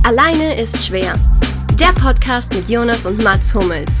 Alleine ist schwer. Der Podcast mit Jonas und Mats Hummels.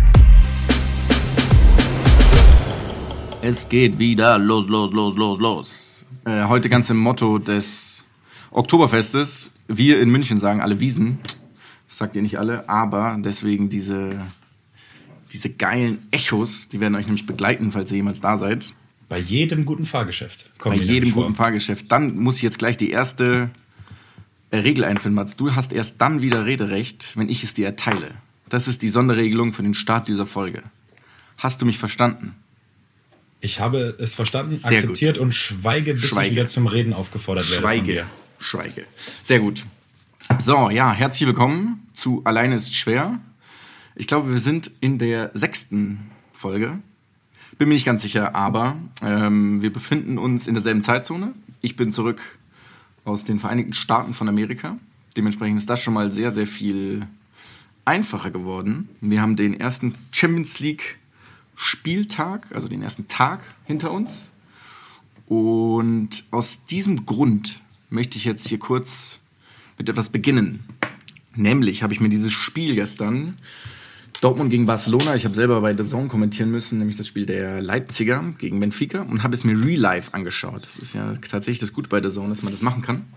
Es geht wieder los. Heute ganz im Motto des Oktoberfestes. Wir in München sagen alle Wiesen. Das sagt ihr nicht alle, aber deswegen diese geilen Echos, die werden euch nämlich begleiten, falls ihr jemals da seid. Bei jedem guten Fahrgeschäft. Fahrgeschäft. Dann muss ich jetzt gleich die erste Regel einführen, Mats. Du hast erst dann wieder Rederecht, wenn ich es dir erteile. Das ist die Sonderregelung für den Start dieser Folge. Hast du mich verstanden? Ich habe es verstanden, Sehr akzeptiert gut. Und schweige, bis ich wieder zum Reden aufgefordert werde. Schweige. Sehr gut. So, ja, herzlich willkommen zu Alleine ist schwer. Ich glaube, wir sind in der 6. Folge. Bin mir nicht ganz sicher, aber wir befinden uns in derselben Zeitzone. Ich bin zurück aus den Vereinigten Staaten von Amerika. Dementsprechend ist das schon mal sehr, sehr viel einfacher geworden. Wir haben den ersten Champions League Spieltag, also den ersten Tag hinter uns. Und aus diesem Grund möchte ich jetzt hier kurz mit etwas beginnen. Nämlich habe ich mir dieses Spiel gestern, Dortmund gegen Barcelona, ich habe selber bei The Zone kommentieren müssen, nämlich das Spiel der Leipziger gegen Benfica, und habe es mir real life angeschaut. Das ist ja tatsächlich das Gute bei The Zone, dass man das machen kann.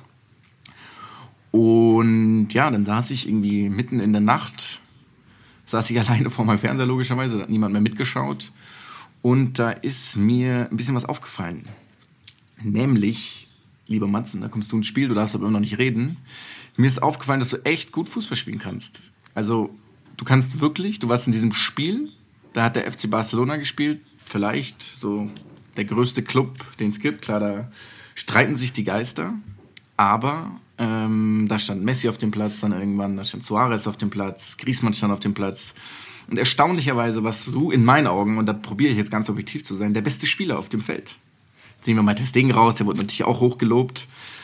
Und ja, dann saß ich irgendwie mitten in der Nacht, saß ich alleine vor meinem Fernseher logischerweise, da hat niemand mehr mitgeschaut. Und da ist mir ein bisschen was aufgefallen. Nämlich, lieber Matzen, da kommst du ins Spiel, du darfst aber immer noch nicht reden. Mir ist aufgefallen, dass du echt gut Fußball spielen kannst. Also, du kannst wirklich, du warst in diesem Spiel, da hat der FC Barcelona gespielt, vielleicht so der größte Club, den es gibt. Klar, da streiten sich die Geister, aber da stand Messi auf dem Platz dann irgendwann, da stand Suarez auf dem Platz, Griezmann stand auf dem Platz. Und erstaunlicherweise warst du in meinen Augen, und da probiere ich jetzt ganz objektiv zu sein, der beste Spieler auf dem Feld. Sehen wir mal das Ding raus, der wurde natürlich auch hochgelobt.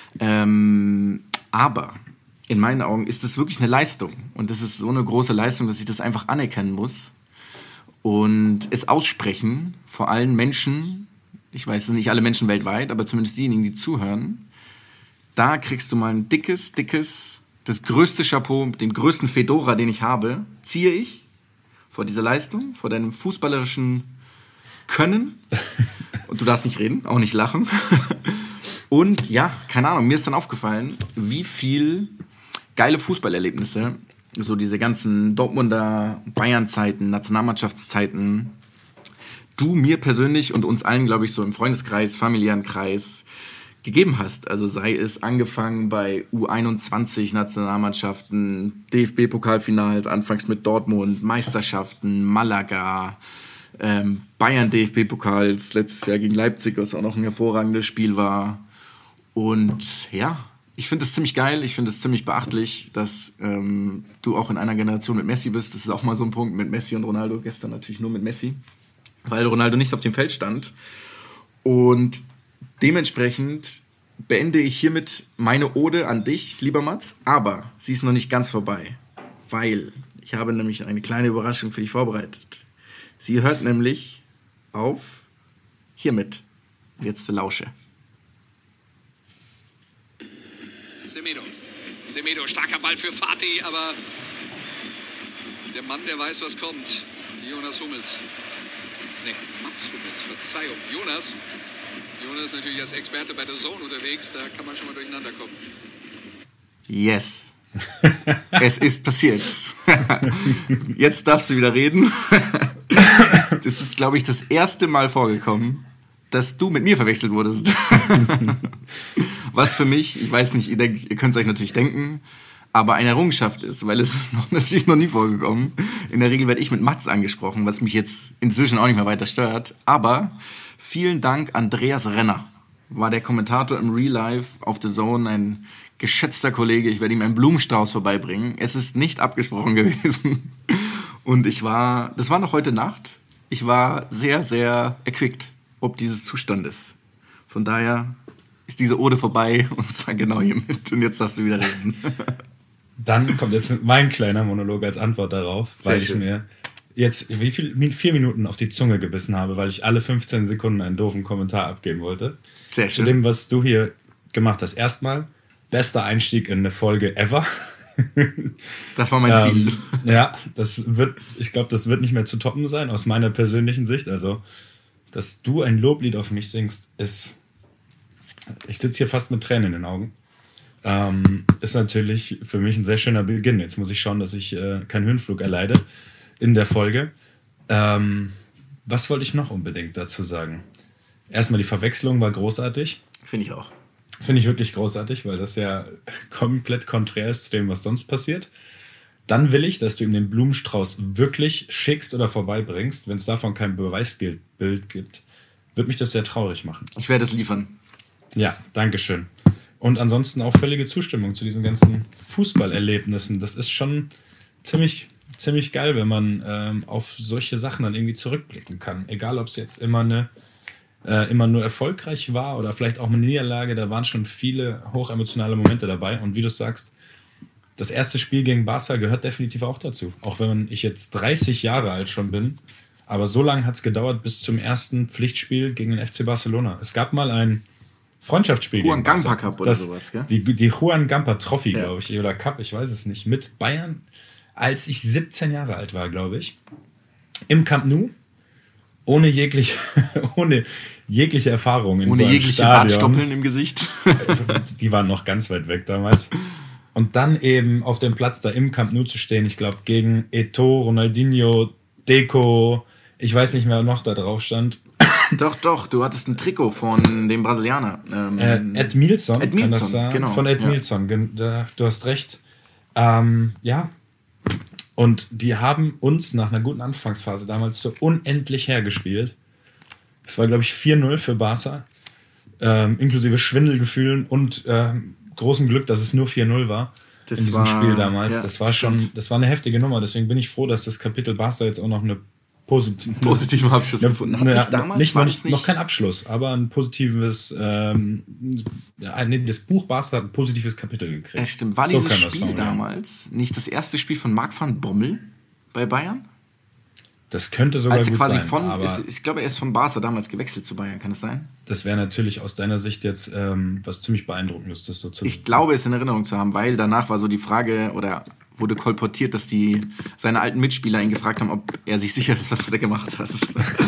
Aber in meinen Augen ist das wirklich eine Leistung. Und das ist so eine große Leistung, dass ich das einfach anerkennen muss. Und es aussprechen vor allen Menschen, ich weiß, es sind nicht alle Menschen weltweit, aber zumindest diejenigen, die zuhören, da kriegst du mal ein dickes, das größte Chapeau, den größten Fedora, den ich habe, ziehe ich vor dieser Leistung, vor deinem fußballerischen Können. Und du darfst nicht reden, auch nicht lachen. Und ja, keine Ahnung, mir ist dann aufgefallen, wie viel geile Fußballerlebnisse, so diese ganzen Dortmunder Bayern-Zeiten, Nationalmannschaftszeiten, du mir persönlich und uns allen, glaube ich, so im Freundeskreis, familiären Kreis gegeben hast. Also sei es angefangen bei U21-Nationalmannschaften, DFB-Pokalfinals, anfangs mit Dortmund, Meisterschaften, Malaga, Bayern-DFB-Pokal, letztes Jahr gegen Leipzig, was auch noch ein hervorragendes Spiel war. Und ja, ich finde es ziemlich geil, ich finde es ziemlich beachtlich, dass du auch in einer Generation mit Messi bist. Das ist auch mal so ein Punkt mit Messi und Ronaldo. Gestern natürlich nur mit Messi, weil Ronaldo nicht auf dem Feld stand. Und dementsprechend beende ich hiermit meine Ode an dich, lieber Mats. Aber sie ist noch nicht ganz vorbei, weil ich habe nämlich eine kleine Überraschung für dich vorbereitet. Sie hört nämlich auf hiermit. Jetzt lausche. Semedo, starker Ball für Fatih, aber der Mann, der weiß, was kommt. Jonas Hummels. Mats Hummels, Verzeihung. Jonas ist natürlich als Experte bei The Zone unterwegs, da kann man schon mal durcheinander kommen. Yes. Es ist passiert. Jetzt darfst du wieder reden. Das ist, glaube ich, das erste Mal vorgekommen, dass du mit mir verwechselt wurdest. Was für mich, ich weiß nicht, ihr könnt es euch natürlich denken, aber eine Errungenschaft ist, weil es ist natürlich noch nie vorgekommen. In der Regel werde ich mit Mats angesprochen, was mich jetzt inzwischen auch nicht mehr weiter stört. Aber vielen Dank, Andreas Renner, war der Kommentator im Real Life auf The Zone, ein geschätzter Kollege. Ich werde ihm einen Blumenstrauß vorbeibringen. Es ist nicht abgesprochen gewesen. Und das war noch heute Nacht. Ich war sehr, sehr erquickt ob dieses Zustandes. Von daher ist diese Ode vorbei und zwar genau hiermit. Und jetzt darfst du wieder reden. Dann kommt jetzt mein kleiner Monolog als Antwort darauf, weil ich mir jetzt 4 Minuten auf die Zunge gebissen habe, weil ich alle 15 Sekunden einen doofen Kommentar abgeben wollte. Sehr schön. Zu dem, was du hier gemacht hast. Erstmal, bester Einstieg in eine Folge ever. Das war mein Ziel. Ja, ich glaube, das wird nicht mehr zu toppen sein, aus meiner persönlichen Sicht. Also, dass du ein Loblied auf mich singst, ich sitze hier fast mit Tränen in den Augen. Ist natürlich für mich ein sehr schöner Beginn. Jetzt muss ich schauen, dass ich keinen Höhenflug erleide in der Folge. Was wollte ich noch unbedingt dazu sagen? Erstmal, die Verwechslung war großartig. Finde ich auch. Finde ich wirklich großartig, weil das ja komplett konträr ist zu dem, was sonst passiert. Dann will ich, dass du ihm den Blumenstrauß wirklich schickst oder vorbeibringst. Wenn es davon kein Beweisbild gibt, wird mich das sehr traurig machen. Ich werde es liefern. Ja, dankeschön. Und ansonsten auch völlige Zustimmung zu diesen ganzen Fußballerlebnissen. Das ist schon ziemlich geil, wenn man auf solche Sachen dann irgendwie zurückblicken kann. Egal, ob es jetzt immer nur erfolgreich war oder vielleicht auch eine Niederlage, da waren schon viele hochemotionale Momente dabei. Und wie du sagst, das erste Spiel gegen Barca gehört definitiv auch dazu. Auch wenn ich jetzt 30 Jahre alt schon bin, aber so lange hat es gedauert bis zum ersten Pflichtspiel gegen den FC Barcelona. Es gab mal ein Freundschaftsspiel Juan Gamper Cup oder sowas, gell? Die Juan Gamper Trophy, glaube ich, oder Cup, ich weiß es nicht, mit Bayern, als ich 17 Jahre alt war, glaube ich, im Camp Nou, ohne jegliche Erfahrung in ohne so einem jegliche Stadion. Bartstoppeln im Gesicht. Die waren noch ganz weit weg damals. Und dann eben auf dem Platz da im Camp Nou zu stehen, ich glaube, gegen Eto'o, Ronaldinho, Deco, ich weiß nicht mehr, noch da drauf stand. Doch, du hattest ein Trikot von dem Brasilianer. Edmilson, kann das sein? Genau, von Edmilson, ja. Du hast recht. Ja. Und die haben uns nach einer guten Anfangsphase damals so unendlich hergespielt. Es war, glaube ich, 4-0 für Barca, inklusive Schwindelgefühlen und großem Glück, dass es nur 4-0 war in diesem Spiel damals. Ja, das war eine heftige Nummer. Deswegen bin ich froh, dass das Kapitel Barca jetzt auch noch eine positiven Abschluss gefunden hat. Noch kein Abschluss, aber ein positives, das Buch Barca hat ein positives Kapitel gekriegt. Ja, stimmt. War dieses Spiel damals nicht das erste Spiel von Marc van Bommel bei Bayern? Das könnte sogar gut sein. Ich glaube, er ist von Barca damals gewechselt zu Bayern, kann das sein? Das wäre natürlich aus deiner Sicht jetzt was ziemlich Beeindruckendes. Das so ich glaube, es in Erinnerung zu haben, weil danach war so die Frage, oder wurde kolportiert, dass seine alten Mitspieler ihn gefragt haben, ob er sich sicher ist, was er gemacht hat.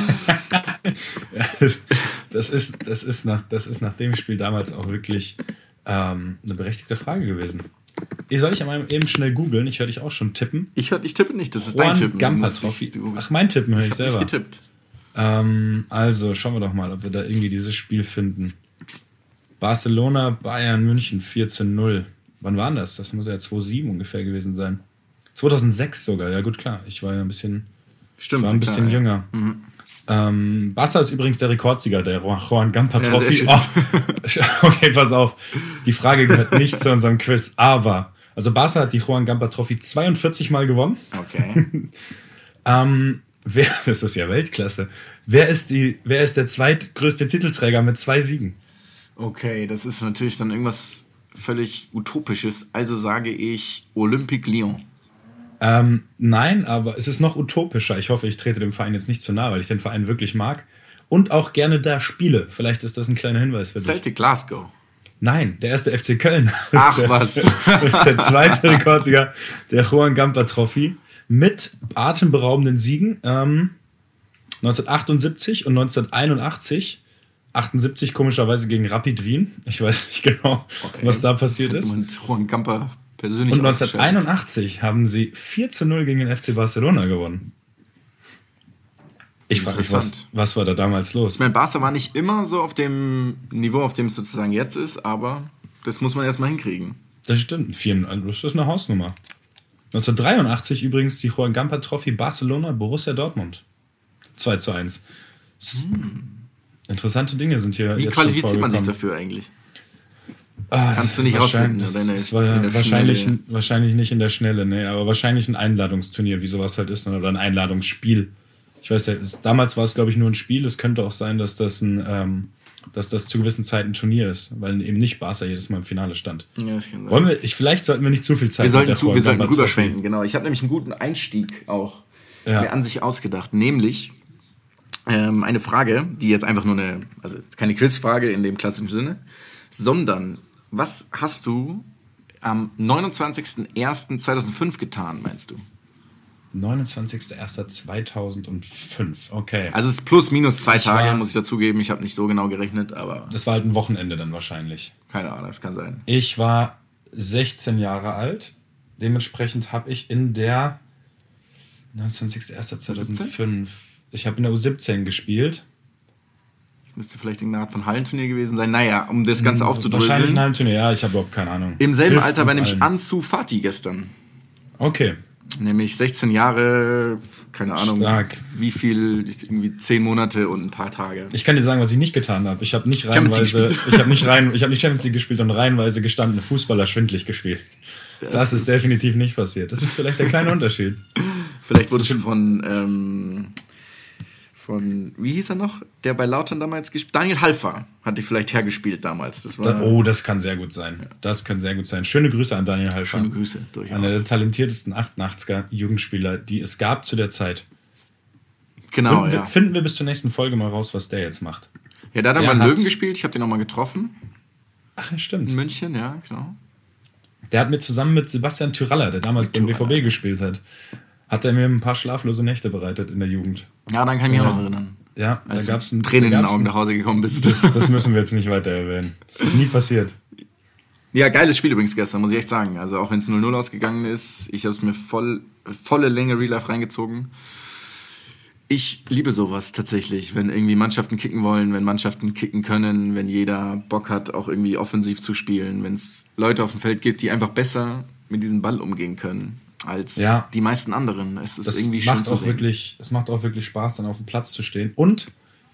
Das ist nach dem Spiel damals auch wirklich eine berechtigte Frage gewesen. Soll ich einmal eben schnell googeln? Ich höre dich auch schon tippen. Ich tippe nicht, das ist dein Tippen. Gamper Trophy. Ach, mein Tippen höre ich selber. Ich getippt. Also, schauen wir doch mal, ob wir da irgendwie dieses Spiel finden. Barcelona, Bayern, München, 14-0. Wann war das? Das muss ja 2007 ungefähr gewesen sein. 2006 sogar, ja gut, klar. Ich war ja ein bisschen, jünger. Mhm. Barca ist übrigens der Rekordsieger der Juan Gamper Trophy. Ja, okay, pass auf. Die Frage gehört nicht zu unserem Quiz, aber also Barca hat die Juan Gamper Trophy 42 Mal gewonnen. Okay. Das ist ja Weltklasse. Wer ist der zweitgrößte Titelträger mit 2 Siegen? Okay, das ist natürlich dann irgendwas völlig Utopisches. Also sage ich Olympique Lyon. Nein, aber es ist noch utopischer. Ich hoffe, ich trete dem Verein jetzt nicht zu nahe, weil ich den Verein wirklich mag und auch gerne da spiele. Vielleicht ist das ein kleiner Hinweis für dich. Celtic Glasgow. Nein, der erste FC Köln. Ach was. Der zweite Rekordsieger der Juan Gamper Trophy mit atemberaubenden Siegen 1978 und 1981. 78 komischerweise gegen Rapid Wien. Ich weiß nicht genau, was da passiert ist. Und Juan Gamper persönlich. Und 1981 haben sie 4-0 gegen den FC Barcelona gewonnen. Ich frage mich, was war da damals los? Ich meine, Barca war nicht immer so auf dem Niveau, auf dem es sozusagen jetzt ist, aber das muss man erstmal hinkriegen. Das stimmt. Das ist eine Hausnummer. 1983 übrigens die Juan Gamper Trophy Barcelona Borussia Dortmund. 2-1. Interessante Dinge sind hier. Wie jetzt qualifiziert man sich dafür eigentlich? Kannst du nicht rausfinden. Das war ja wahrscheinlich nicht in der Schnelle, ne, aber wahrscheinlich ein Einladungsturnier, wie sowas halt ist, oder ein Einladungsspiel. Ich weiß ja, damals war es, glaube ich, nur ein Spiel. Es könnte auch sein, dass das zu gewissen Zeiten ein Turnier ist, weil eben nicht Barca jedes Mal im Finale stand. Ja, das kann sein. Vielleicht sollten wir nicht zu viel Zeit Wir sollten rüberschwenken, genau. Ich habe nämlich einen guten Einstieg auch mir an sich ausgedacht, nämlich eine Frage, die jetzt einfach nur also keine Quizfrage in dem klassischen Sinne, sondern was hast du am 29.01.2005 getan, meinst du? 29.01.2005, okay. Also es ist plus minus 2 Tage, muss ich dazugeben. Ich habe nicht so genau gerechnet, aber... Das war halt ein Wochenende dann wahrscheinlich. Keine Ahnung, das kann sein. Ich war 16 Jahre alt. Dementsprechend habe ich in der 29.01.2005, ich habe in der U17 gespielt. Müsste vielleicht irgendeine Art von Hallenturnier gewesen sein. Naja, um das Ganze aufzudröseln. Wahrscheinlich ein Hallenturnier, ja, ich habe überhaupt keine Ahnung. Im selben Alter war nämlich Ansu Fati gestern. Okay. Nämlich 16 Jahre, keine Ahnung, Stark. Wie viel, irgendwie 10 Monate und ein paar Tage. Ich kann dir sagen, was ich nicht getan habe. Ich habe nicht reihenweise, ich habe nicht Champions League gespielt und reihenweise gestandene Fußballer schwindlig gespielt. Das ist definitiv nicht passiert. Das ist vielleicht der kleine Unterschied. Vielleicht wurde schon von, wie hieß er noch, der bei Lautern damals gespielt? Daniel Halfer hat die vielleicht hergespielt damals. Das war das kann sehr gut sein. Ja. Das kann sehr gut sein. Schöne Grüße an Daniel Halfer. Schöne Grüße, durchaus. Einer der talentiertesten 88er Jugendspieler, die es gab zu der Zeit. Genau, Finden wir bis zur nächsten Folge mal raus, was der jetzt macht. Ja, da hat er mal in Löwen gespielt. Ich habe den auch mal getroffen. Ach, ja, stimmt. In München, ja, genau. Der hat mir zusammen mit Sebastian Tyraller, der damals beim BVB gespielt hat er mir ein paar schlaflose Nächte bereitet in der Jugend. Ja, dann kann ich mich auch noch erinnern. Ja, da gab es Tränen in den Augen nach Hause gekommen bist. Das müssen wir jetzt nicht weiter erwähnen. Das ist nie passiert. Ja, geiles Spiel übrigens gestern, muss ich echt sagen. Also auch wenn es 0-0 ausgegangen ist, ich habe es mir volle Länge Real Life reingezogen. Ich liebe sowas tatsächlich, wenn irgendwie Mannschaften kicken wollen, wenn Mannschaften kicken können, wenn jeder Bock hat, auch irgendwie offensiv zu spielen, wenn es Leute auf dem Feld gibt, die einfach besser mit diesem Ball umgehen können als die meisten anderen. Es ist irgendwie schön zu sehen. Es macht auch wirklich Spaß, dann auf dem Platz zu stehen. Und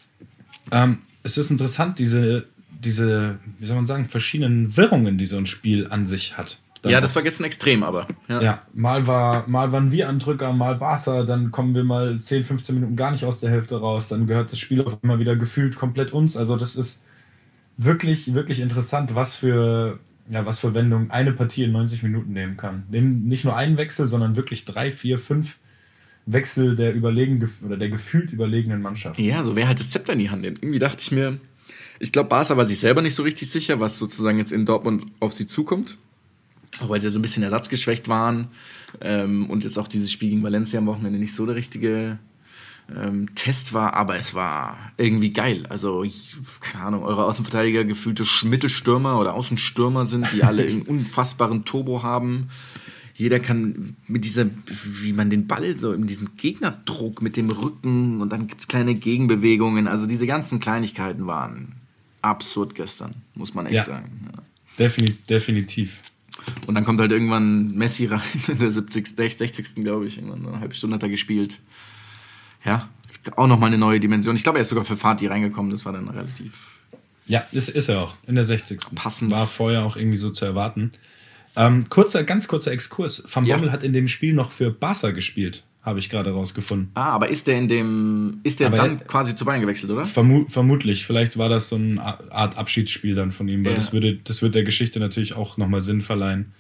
es ist interessant, diese, wie soll man sagen, verschiedenen Wirrungen, die so ein Spiel an sich hat. Ja, das war gestern extrem, aber. Ja, mal waren wir an Drücker, mal Barca, dann kommen wir mal 10, 15 Minuten gar nicht aus der Hälfte raus, dann gehört das Spiel auf einmal wieder gefühlt komplett uns. Also das ist wirklich, wirklich interessant, was für Wendungen eine Partie in 90 Minuten nehmen kann. Nicht nur einen Wechsel, sondern wirklich 3, 4, 5 Wechsel der der gefühlt überlegenen Mannschaft. Ja, so wer halt das Zepter in die Hand nimmt. Irgendwie dachte ich mir, ich glaube, Barca war sich selber nicht so richtig sicher, was sozusagen jetzt in Dortmund auf sie zukommt. Auch weil sie ja so ein bisschen ersatzgeschwächt waren. Und jetzt auch dieses Spiel gegen Valencia am Wochenende nicht so der richtige Test war, aber es war irgendwie geil. Also, keine Ahnung, eure Außenverteidiger gefühlte Mittelstürmer oder Außenstürmer sind, die alle einen unfassbaren Turbo haben. Jeder kann mit dieser, wie man den Ball so in diesem Gegnerdruck mit dem Rücken und dann gibt's kleine Gegenbewegungen. Also diese ganzen Kleinigkeiten waren absurd gestern, muss man echt sagen. Ja. Definitiv. Und dann kommt halt irgendwann Messi rein in der 60. glaube ich. Irgendwann eine halbe Stunde hat er gespielt. Ja, auch nochmal eine neue Dimension. Ich glaube, er ist sogar für Fati reingekommen. Das war dann relativ... Ja, ist er auch. In der 60. Passend. War vorher auch irgendwie so zu erwarten. Ganz kurzer Exkurs. Van Bommel hat in dem Spiel noch für Barca gespielt. Habe ich gerade rausgefunden. Aber ist der dann quasi zu Bayern gewechselt, oder? Vermutlich. Vielleicht war das so eine Art Abschiedsspiel dann von ihm, weil das wird der Geschichte natürlich auch nochmal Sinn verleihen.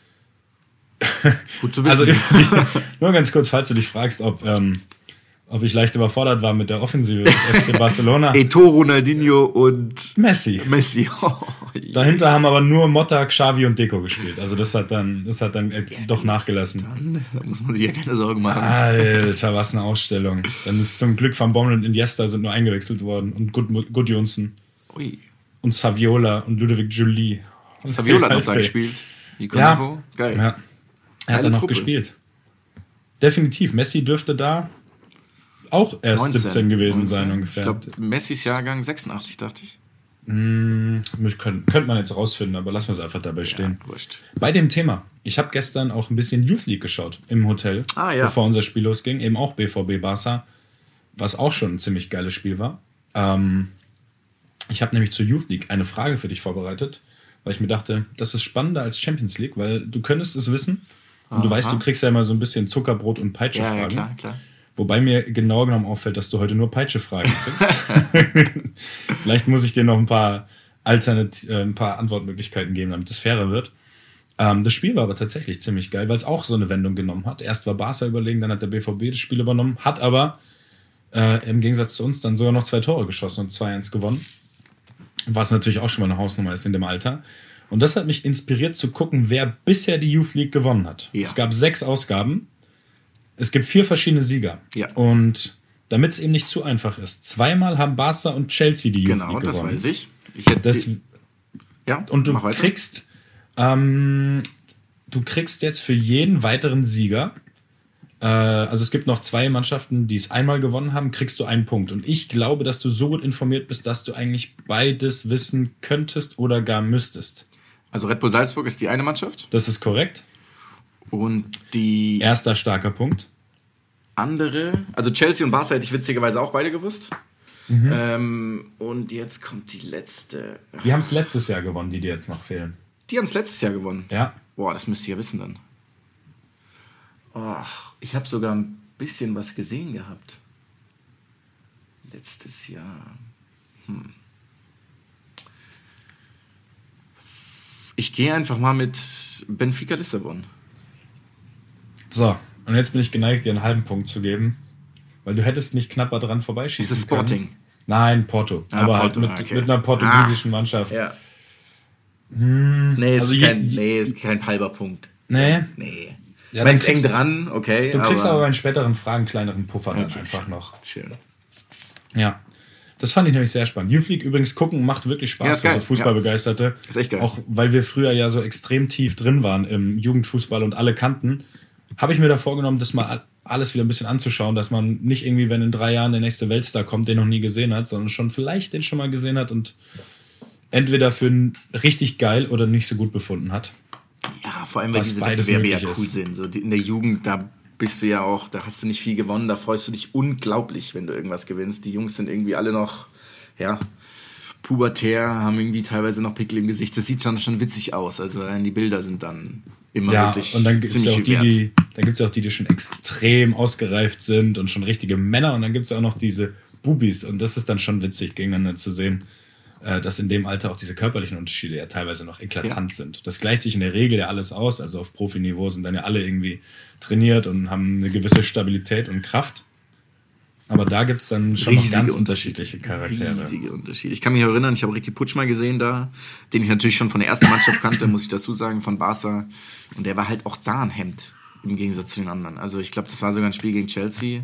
Gut zu wissen. Also, nur ganz kurz, falls du dich fragst, ob ich leicht überfordert war mit der Offensive des FC Barcelona. Eto'o, Ronaldinho und Messi. Oh, Dahinter haben aber nur Motta, Xavi und Deco gespielt. Also das hat dann doch nachgelassen. Da muss man sich ja keine Sorgen machen. Alter, was eine Ausstellung. Dann ist zum Glück Van Bommel und Iniesta sind nur eingewechselt worden. Und Gudjonsson. Ui. Und Saviola und Ludovic Joly. Saviola hat noch da gespielt. Ja. Geil. Ja. Er hat da noch gespielt. Definitiv. Messi dürfte da auch erst 17 gewesen sein ungefähr. Ich glaube, Messis Jahrgang 86, dachte ich. Könnte man jetzt rausfinden, aber lassen wir es einfach dabei stehen. Ja, wurscht. Bei dem Thema, ich habe gestern auch ein bisschen Youth League geschaut im Hotel, bevor unser Spiel losging. Eben auch BVB Barca, was auch schon ein ziemlich geiles Spiel war. Ich habe nämlich zur Youth League eine Frage für dich vorbereitet, weil ich mir dachte, das ist spannender als Champions League, weil du könntest es wissen und du weißt, du kriegst ja immer so ein bisschen Zuckerbrot- und Peitsche-Fragen. Ja, klar. Wobei mir genau genommen auffällt, dass du heute nur Peitsche-Fragen kriegst. Vielleicht muss ich dir noch ein paar Antwortmöglichkeiten geben, damit es fairer wird. Das Spiel war aber tatsächlich ziemlich geil, weil es auch so eine Wendung genommen hat. Erst war Barca überlegen, dann hat der BVB das Spiel übernommen, hat aber im Gegensatz zu uns dann sogar noch 2 Tore geschossen und 2-1 gewonnen. Was natürlich auch schon mal eine Hausnummer ist in dem Alter. Und das hat mich inspiriert zu gucken, wer bisher die Youth League gewonnen hat. Ja. Es gab 6 Ausgaben. Es gibt 4 verschiedene Sieger. Ja. Und damit es eben nicht zu einfach ist, 2-mal haben Barca und Chelsea die Youth League gewonnen. Genau, das weiß ich. Ich hätte ja, und du mach weiter. kriegst jetzt für jeden weiteren Sieger, also es gibt noch 2 Mannschaften, die es einmal gewonnen haben, kriegst du einen Punkt. Und ich glaube, dass du so gut informiert bist, dass du eigentlich beides wissen könntest oder gar müsstest. Also Red Bull Salzburg ist die eine Mannschaft. Das ist korrekt. Und die Erster starker Punkt. andere, also Chelsea und Barca hätte ich witzigerweise auch beide gewusst. Und jetzt kommt die letzte. Die haben es letztes Jahr gewonnen, die dir jetzt noch fehlen. Die haben es letztes Jahr gewonnen. Ja. Boah, das müsst ihr ja wissen dann. Oh, ich habe sogar ein bisschen was gesehen gehabt. Letztes Jahr. Ich gehe einfach mal mit Benfica Lissabon. So, und jetzt bin ich geneigt, dir einen halben Punkt zu geben, weil du hättest nicht knapper dran vorbeischießen Ist es Sporting? können. Nein, Porto. Ah, aber Porto, halt okay. mit einer portugiesischen Mannschaft. Ja. Nee, Also ist kein halber Punkt. Nee. Nee. Ja, Wenn dann es eng kriegst- dran, okay. Du kriegst aber bei den späteren Fragen kleineren Puffer dann Okay, einfach noch. Schön. Ja. Das fand ich nämlich sehr spannend. Youth League übrigens gucken macht wirklich Ja, Spaß ist geil. für so Fußballbegeisterte. Ist echt geil. Auch weil wir früher ja so extrem tief drin waren im Jugendfußball und alle kannten, habe ich mir da vorgenommen, das mal alles wieder ein bisschen anzuschauen, dass man nicht irgendwie, wenn in 3 Jahren der nächste Weltstar kommt, den noch nie gesehen hat, sondern vielleicht den schon mal gesehen hat und entweder für richtig geil oder nicht so gut befunden hat. Ja, vor allem, weil Was diese beides Wettbewerbe ja möglich cool ist. sind. So in der Jugend, da bist du ja auch, da hast du nicht viel gewonnen, da freust du dich unglaublich, wenn du irgendwas gewinnst. Die Jungs sind irgendwie alle noch, ja, pubertär, haben irgendwie teilweise noch Pickel im Gesicht. Das sieht schon witzig aus. Also die Bilder sind dann immer Ja, wirklich und dann gibt es ja ziemlich auch viel die, wert. dann gibt's ja auch die, die schon extrem ausgereift sind und schon richtige Männer. Und dann gibt es ja auch noch diese Bubis. Und das ist dann schon witzig, gegeneinander zu sehen, dass in dem Alter auch diese körperlichen Unterschiede ja teilweise noch eklatant sind. Das gleicht sich in der Regel ja alles aus. Also auf Profiniveau sind dann ja alle irgendwie trainiert und haben eine gewisse Stabilität und Kraft. Aber da gibt es dann schon noch ganz unterschiedliche Charaktere. Riesige Unterschiede. Ich kann mich erinnern, ich habe Ricky Puig mal gesehen da, den ich natürlich schon von der ersten Mannschaft kannte, muss ich dazu sagen, von Barca. Und der war halt auch da ein Hemd, im Gegensatz zu den anderen. Also ich glaube, das war sogar ein Spiel gegen Chelsea.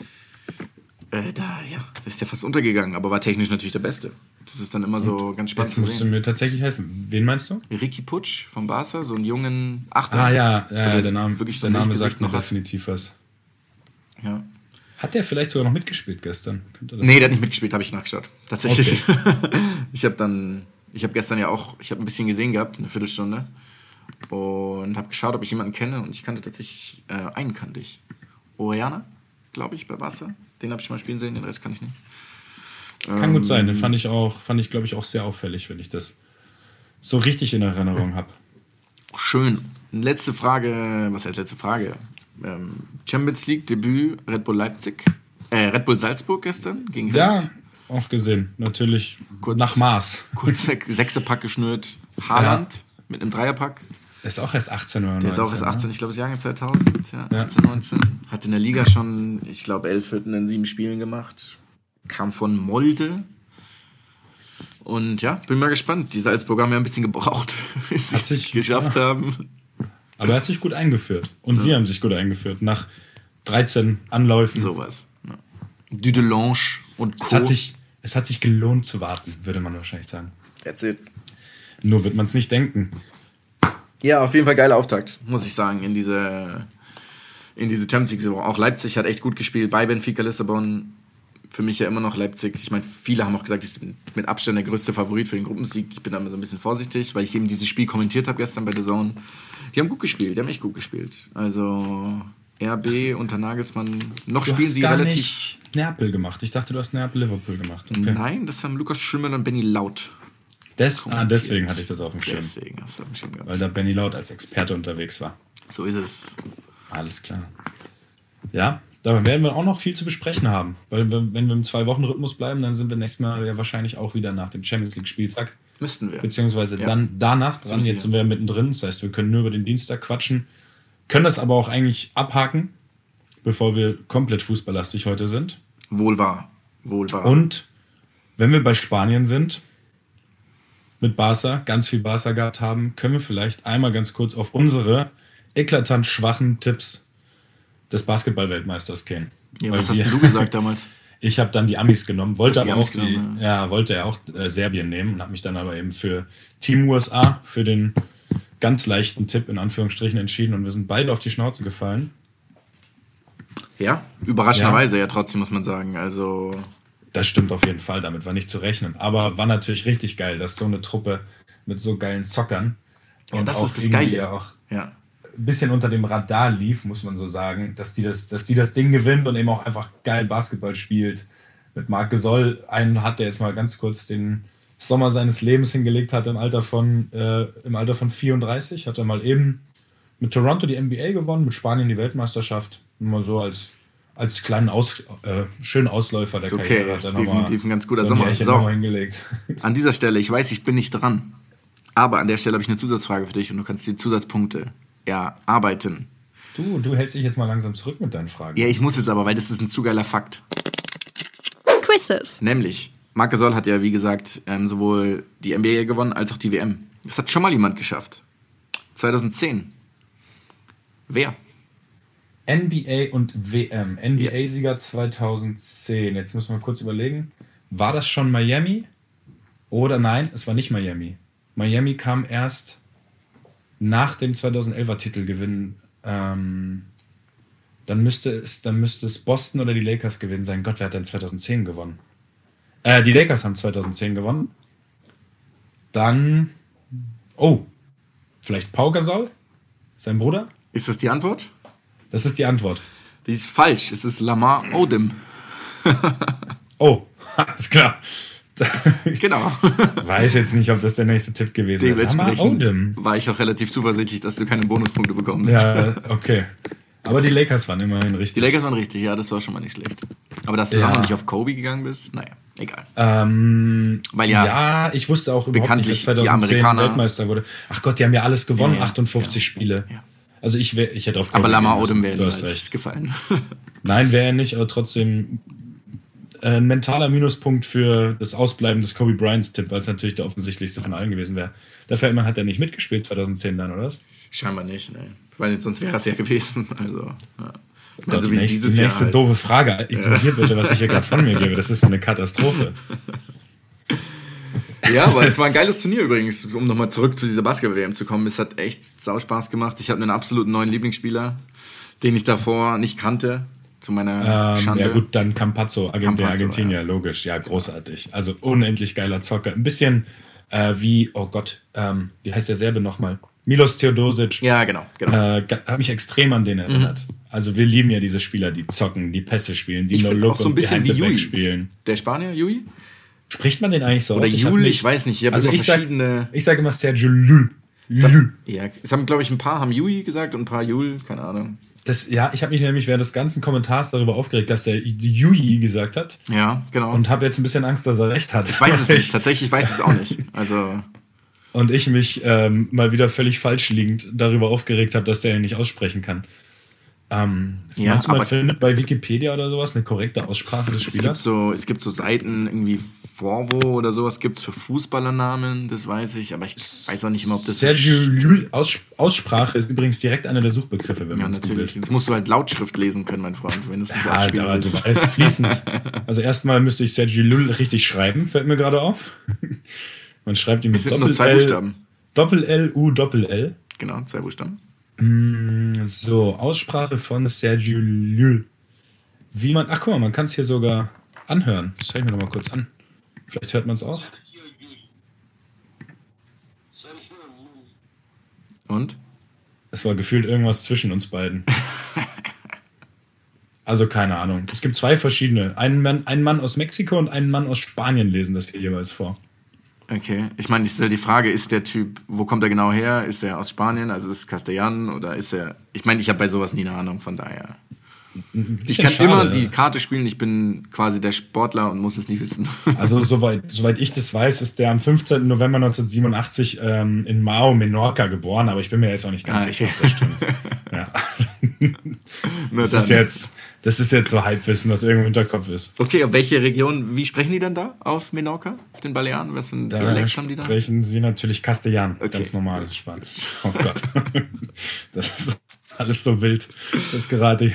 Da ist der fast untergegangen, aber war technisch natürlich der Beste. Das ist dann immer so ganz spannend Jetzt zu musst du sehen. mir tatsächlich helfen. Wen meinst du? Ricky Puig von Barca, so einen jungen Achter. Ah ja, der der Name, wirklich so der ein Name Lichtgesicht sagt mir noch hat. definitiv was. Ja. Hat der vielleicht sogar noch mitgespielt gestern? Könnte das Nee, der hat nicht mitgespielt, habe ich nachgeschaut. Tatsächlich. Ich habe gestern ja auch, ich habe ein bisschen gesehen gehabt, eine Viertelstunde. Und habe geschaut, ob ich jemanden kenne. Und ich kannte tatsächlich, einen kannte ich. Orellana, glaube ich, bei Barca. Den habe ich mal spielen sehen, den Rest kann ich nicht. Kann gut sein. Den fand ich, glaube ich, auch sehr auffällig, wenn ich das so richtig in Erinnerung habe. Schön. Letzte Frage, was heißt letzte Frage? Champions League Debüt Red Bull Salzburg gestern gegen Red. Ja, auch gesehen. Natürlich nach Maß. Kurz Sechserpack geschnürt. Haaland mit einem Dreierpack. Er ist auch erst 18 oder 19. Der ist auch erst 18, Ne? ich glaube, das Jahrgang 2000. Ja, 18, 19. Hat in der Liga schon, ich glaube, 11 Hütten in 7 Spielen gemacht. Kam von Molde. Und ja, bin mal gespannt. Die Salzburger haben ja ein bisschen gebraucht, bis sie es geschafft haben. Aber er hat sich gut eingeführt. Und sie haben sich gut eingeführt. Nach 13 Anläufen. Sowas. Ja. Dudelange und Co. Es hat sich gelohnt zu warten, würde man wahrscheinlich sagen. That's it. Nur wird man es nicht denken. Ja, auf jeden Fall geiler Auftakt, muss ich sagen, in diese Champions League-Saison. Auch Leipzig hat echt gut gespielt bei Benfica Lissabon. Für mich ja immer noch Leipzig. Ich meine, viele haben auch gesagt, die sind mit Abstand der größte Favorit für den Gruppensieg. Ich bin da immer so ein bisschen vorsichtig, weil ich eben dieses Spiel kommentiert habe gestern bei The Zone. Die haben gut gespielt, die haben echt gut gespielt. Also RB unter Nagelsmann. Noch Du spielen hast sie gar relativ... nicht Neapel gemacht. Ich dachte, du hast Neapel-Liverpool gemacht. Okay. Nein, das haben Lukas Schimmel und Benny Laut. Deswegen hatte ich das auf dem Schirm. Deswegen hast du auf dem Schirm gehabt. Weil da Benny Laut als Experte unterwegs war. So ist es. Alles klar. Ja, da werden wir auch noch viel zu besprechen haben. Weil wenn wir im 2-Wochen-Rhythmus bleiben, dann sind wir nächstes Mal ja wahrscheinlich auch wieder nach dem Champions League-Spieltag. Müssten wir. Beziehungsweise dann danach dran. Jetzt sind wir mittendrin. Das heißt, wir können nur über den Dienstag quatschen. Können das aber auch eigentlich abhaken, bevor wir komplett fußballlastig heute sind. Wohl wahr. Und wenn wir bei Spanien sind, mit Barca, ganz viel Barca gehabt haben, können wir vielleicht einmal ganz kurz auf unsere eklatant schwachen Tipps des Basketball-Weltmeisters gehen. Ja, was hast du gesagt damals? Ich habe dann die Amis genommen, wollte aber auch wollte auch Serbien nehmen und habe mich dann aber eben für Team USA, für den ganz leichten Tipp in Anführungsstrichen entschieden und wir sind beide auf die Schnauze gefallen. Ja, überraschenderweise ja trotzdem, muss man sagen. Also das stimmt auf jeden Fall, damit war nicht zu rechnen. Aber war natürlich richtig geil, dass so eine Truppe mit so geilen Zockern und das ist das Geile. Auch ein bisschen unter dem Radar lief, muss man so sagen, dass die das Ding gewinnt und eben auch einfach geil Basketball spielt. Mit Marc Gasol, einen hat, der jetzt mal ganz kurz den Sommer seines Lebens hingelegt hat im Alter von 34, hat er mal eben mit Toronto die NBA gewonnen, mit Spanien die Weltmeisterschaft. Nur so als kleinen schönen Ausläufer der Karriere. Ist definitiv ein ganz guter so Sommer. So, hingelegt. An dieser Stelle, ich weiß, ich bin nicht dran, aber an der Stelle habe ich eine Zusatzfrage für dich und du kannst die Zusatzpunkte erarbeiten. Du hältst dich jetzt mal langsam zurück mit deinen Fragen. Ja, ich muss es aber, weil das ist ein zu geiler Fakt. Quizzes. Nämlich, Marc Gasol hat ja, wie gesagt, sowohl die NBA gewonnen als auch die WM. Das hat schon mal jemand geschafft. 2010. Wer? NBA und WM. NBA-Sieger 2010. Jetzt müssen wir kurz überlegen. War das schon Miami? Oder nein, es war nicht Miami. Miami kam erst nach dem 2011er Titelgewinn. Dann müsste es Boston oder die Lakers gewesen sein. Gott, wer hat denn 2010 gewonnen? Die Lakers haben 2010 gewonnen. Dann, vielleicht Pau Gasol? Sein Bruder? Ist das die Antwort? Das ist die Antwort. Die ist falsch. Es ist Lamar Odom. Alles klar. Genau. Weiß jetzt nicht, ob das der nächste Tipp gewesen wäre. Dementsprechend war ich auch relativ zuversichtlich, dass du keine Bonuspunkte bekommst. Ja, okay. Aber die Lakers waren immerhin richtig. Die Lakers waren richtig, ja, das war schon mal nicht schlecht. Aber dass du dann noch nicht auf Kobe gegangen bist, naja, egal. Weil ich wusste auch überhaupt nicht, dass 2010 Weltmeister wurde. Ach Gott, die haben ja alles gewonnen, 58 Spiele. Ja. Also ich hätte auf Kobe. Aber Lamar Odom wäre niemals gefallen. Nein, wäre er nicht, aber trotzdem ein mentaler Minuspunkt für das Ausbleiben des Kobe Bryants Tipp, weil es natürlich der offensichtlichste von allen gewesen wäre. Der Feldmann hat ja nicht mitgespielt 2010 dann, oder? Scheinbar nicht, ne. Weil sonst wäre es ja gewesen. Also, ja. Also die nächste doofe Frage. Ignoriert bitte, was ich hier gerade von mir gebe. Das ist eine Katastrophe. Ja, aber es war ein geiles Turnier übrigens, um nochmal zurück zu dieser Basketball-WM zu kommen. Es hat echt Spaß gemacht. Ich habe einen absoluten neuen Lieblingsspieler, den ich davor nicht kannte. Zu meiner Schande. Ja gut, dann Campazzo, der Argentinier, logisch. Ja, großartig. Also unendlich geiler Zocker. Ein bisschen wie heißt der Serbe nochmal? Milos Teodosic. Ja, genau. Hat mich extrem an den erinnert. Also wir lieben ja diese Spieler, die zocken, die Pässe spielen, die No-Look so ein bisschen wie Yui spielen. Der Spanier, Yui? Spricht man den eigentlich so oder aus? Oder Jul, ich weiß nicht. Ich sage immer Sergio Llull. Ja, es haben, glaube ich, ein paar haben Yui gesagt und ein paar Jul, keine Ahnung. Ich habe mich nämlich während des ganzen Kommentars darüber aufgeregt, dass der Yui gesagt hat. Ja, genau. Und habe jetzt ein bisschen Angst, dass er recht hat. Ich weiß es nicht, tatsächlich weiß ich es auch nicht. Also. Und ich mich mal wieder völlig falsch liegend darüber aufgeregt habe, dass der ihn nicht aussprechen kann. Meinst du, man findet bei Wikipedia oder sowas eine korrekte Aussprache des Spielers? Es gibt so Seiten, irgendwie Forvo oder sowas gibt es für Fußballernamen, das weiß ich, aber ich weiß auch nicht immer, ob das... Sergio Llull, Aussprache ist übrigens direkt einer der Suchbegriffe, wenn man es natürlich. Jetzt musst du halt Lautschrift lesen können, mein Freund, wenn du es nicht ausspielen willst. Du weißt, fließend. Also erstmal müsste ich Sergio Llull richtig schreiben, fällt mir gerade auf. Man schreibt ihn mit nur 2 Buchstaben. Doppel-L-U-Doppel-L. Genau, 2 Buchstaben. So, Aussprache von Sergio Llull. Guck mal, man kann es hier sogar anhören. Das höre ich mir noch mal kurz an. Vielleicht hört man es auch. Und? Es war gefühlt irgendwas zwischen uns beiden. Also keine Ahnung. Es gibt 2 verschiedene. Ein Mann aus Mexiko und ein Mann aus Spanien lesen das hier jeweils vor. Okay, ich meine, die Frage, ist der Typ, wo kommt er genau her? Ist er aus Spanien, also ist es Castellan oder ist er... Ich meine, ich habe bei sowas nie eine Ahnung, von daher... Ich kann immer die Karte spielen, ich bin quasi der Sportler und muss es nicht wissen. Also soweit ich das weiß, ist der am 15. November 1987 in Mao, Menorca geboren, aber ich bin mir jetzt auch nicht ganz sicher, ob das stimmt. Ja. Das ist jetzt Das ist jetzt so Halbwissen, was irgendwo im Hinterkopf ist. Okay, auf welche Region, wie sprechen die denn da auf Menorca, auf den Balearen? Was für ein Dialekt haben die da? Sprechen sie natürlich Castellan, ganz normal Spanisch. Oh Gott. Das ist alles so wild, das gerade.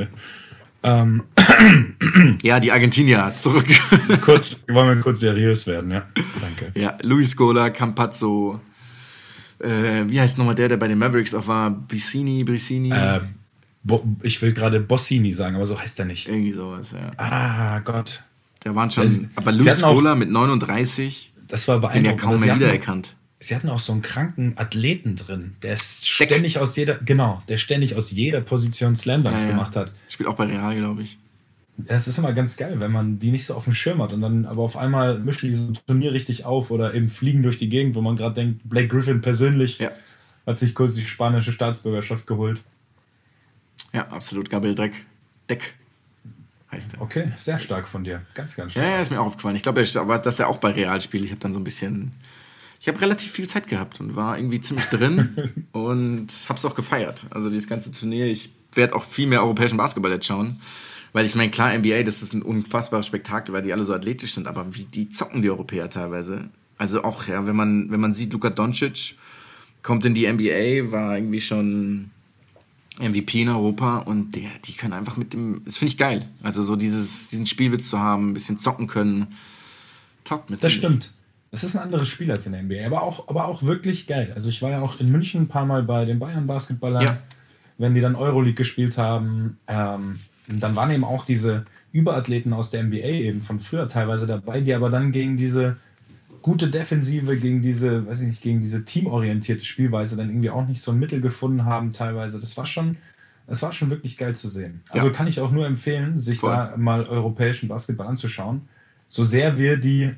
Ja, die Argentinier zurück. Wollen wir kurz seriös werden, ja? Danke. Ja, Luis Scola, Campazzo, wie heißt nochmal der bei den Mavericks auch war? Brissini? Ich will gerade Bossini sagen, aber so heißt er nicht. Irgendwie sowas, ja. Ah, Gott. Der waren schon, aber Luis Scola mit 39, das war den ja kaum mehr wiedererkannt. Sie hatten auch so einen kranken Athleten drin, der ständig aus jeder Position Slam-Dunks gemacht hat. Spielt auch bei Real, glaube ich. Es ist immer ganz geil, wenn man die nicht so auf dem Schirm hat und dann aber auf einmal mischen die so ein Turnier richtig auf oder eben fliegen durch die Gegend, wo man gerade denkt, Blake Griffin persönlich hat sich kurz die spanische Staatsbürgerschaft geholt. Ja, absolut. Gabriel Deck heißt er. Okay, sehr stark von dir. Ganz, ganz stark. Ja, ist mir auch aufgefallen. Ich glaube, dass er auch bei Real spielt. Ich habe dann so ein bisschen... Ich habe relativ viel Zeit gehabt und war irgendwie ziemlich drin und habe es auch gefeiert. Also dieses ganze Turnier, ich werde auch viel mehr europäischen Basketball jetzt schauen, weil ich meine, klar, NBA, das ist ein unfassbares Spektakel, weil die alle so athletisch sind, aber wie die zocken die Europäer teilweise. Also auch, ja, wenn man sieht, Luka Doncic kommt in die NBA, war irgendwie schon MVP in Europa und die können einfach das finde ich geil. Also so diesen Spielwitz zu haben, ein bisschen zocken können, taugt mit. Das stimmt. Es ist ein anderes Spiel als in der NBA, aber auch wirklich geil. Also ich war ja auch in München ein paar Mal bei den Bayern-Basketballern, wenn die dann Euroleague gespielt haben. Und dann waren eben auch diese Überathleten aus der NBA eben von früher teilweise dabei, die aber dann gegen diese gute Defensive, gegen diese teamorientierte Spielweise dann irgendwie auch nicht so ein Mittel gefunden haben teilweise. Das war schon wirklich geil zu sehen. Also kann ich auch nur empfehlen, sich da mal europäischen Basketball anzuschauen. So sehr wir die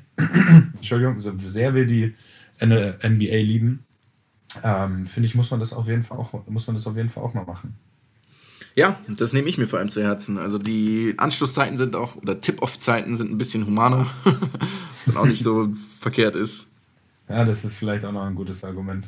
NBA lieben, finde ich, muss man das auf jeden Fall auch mal machen. Ja, das nehme ich mir vor allem zu Herzen. Also die Anschlusszeiten sind auch, oder Tip-Off-Zeiten sind ein bisschen humaner, was dann auch nicht so verkehrt ist. Ja, das ist vielleicht auch noch ein gutes Argument.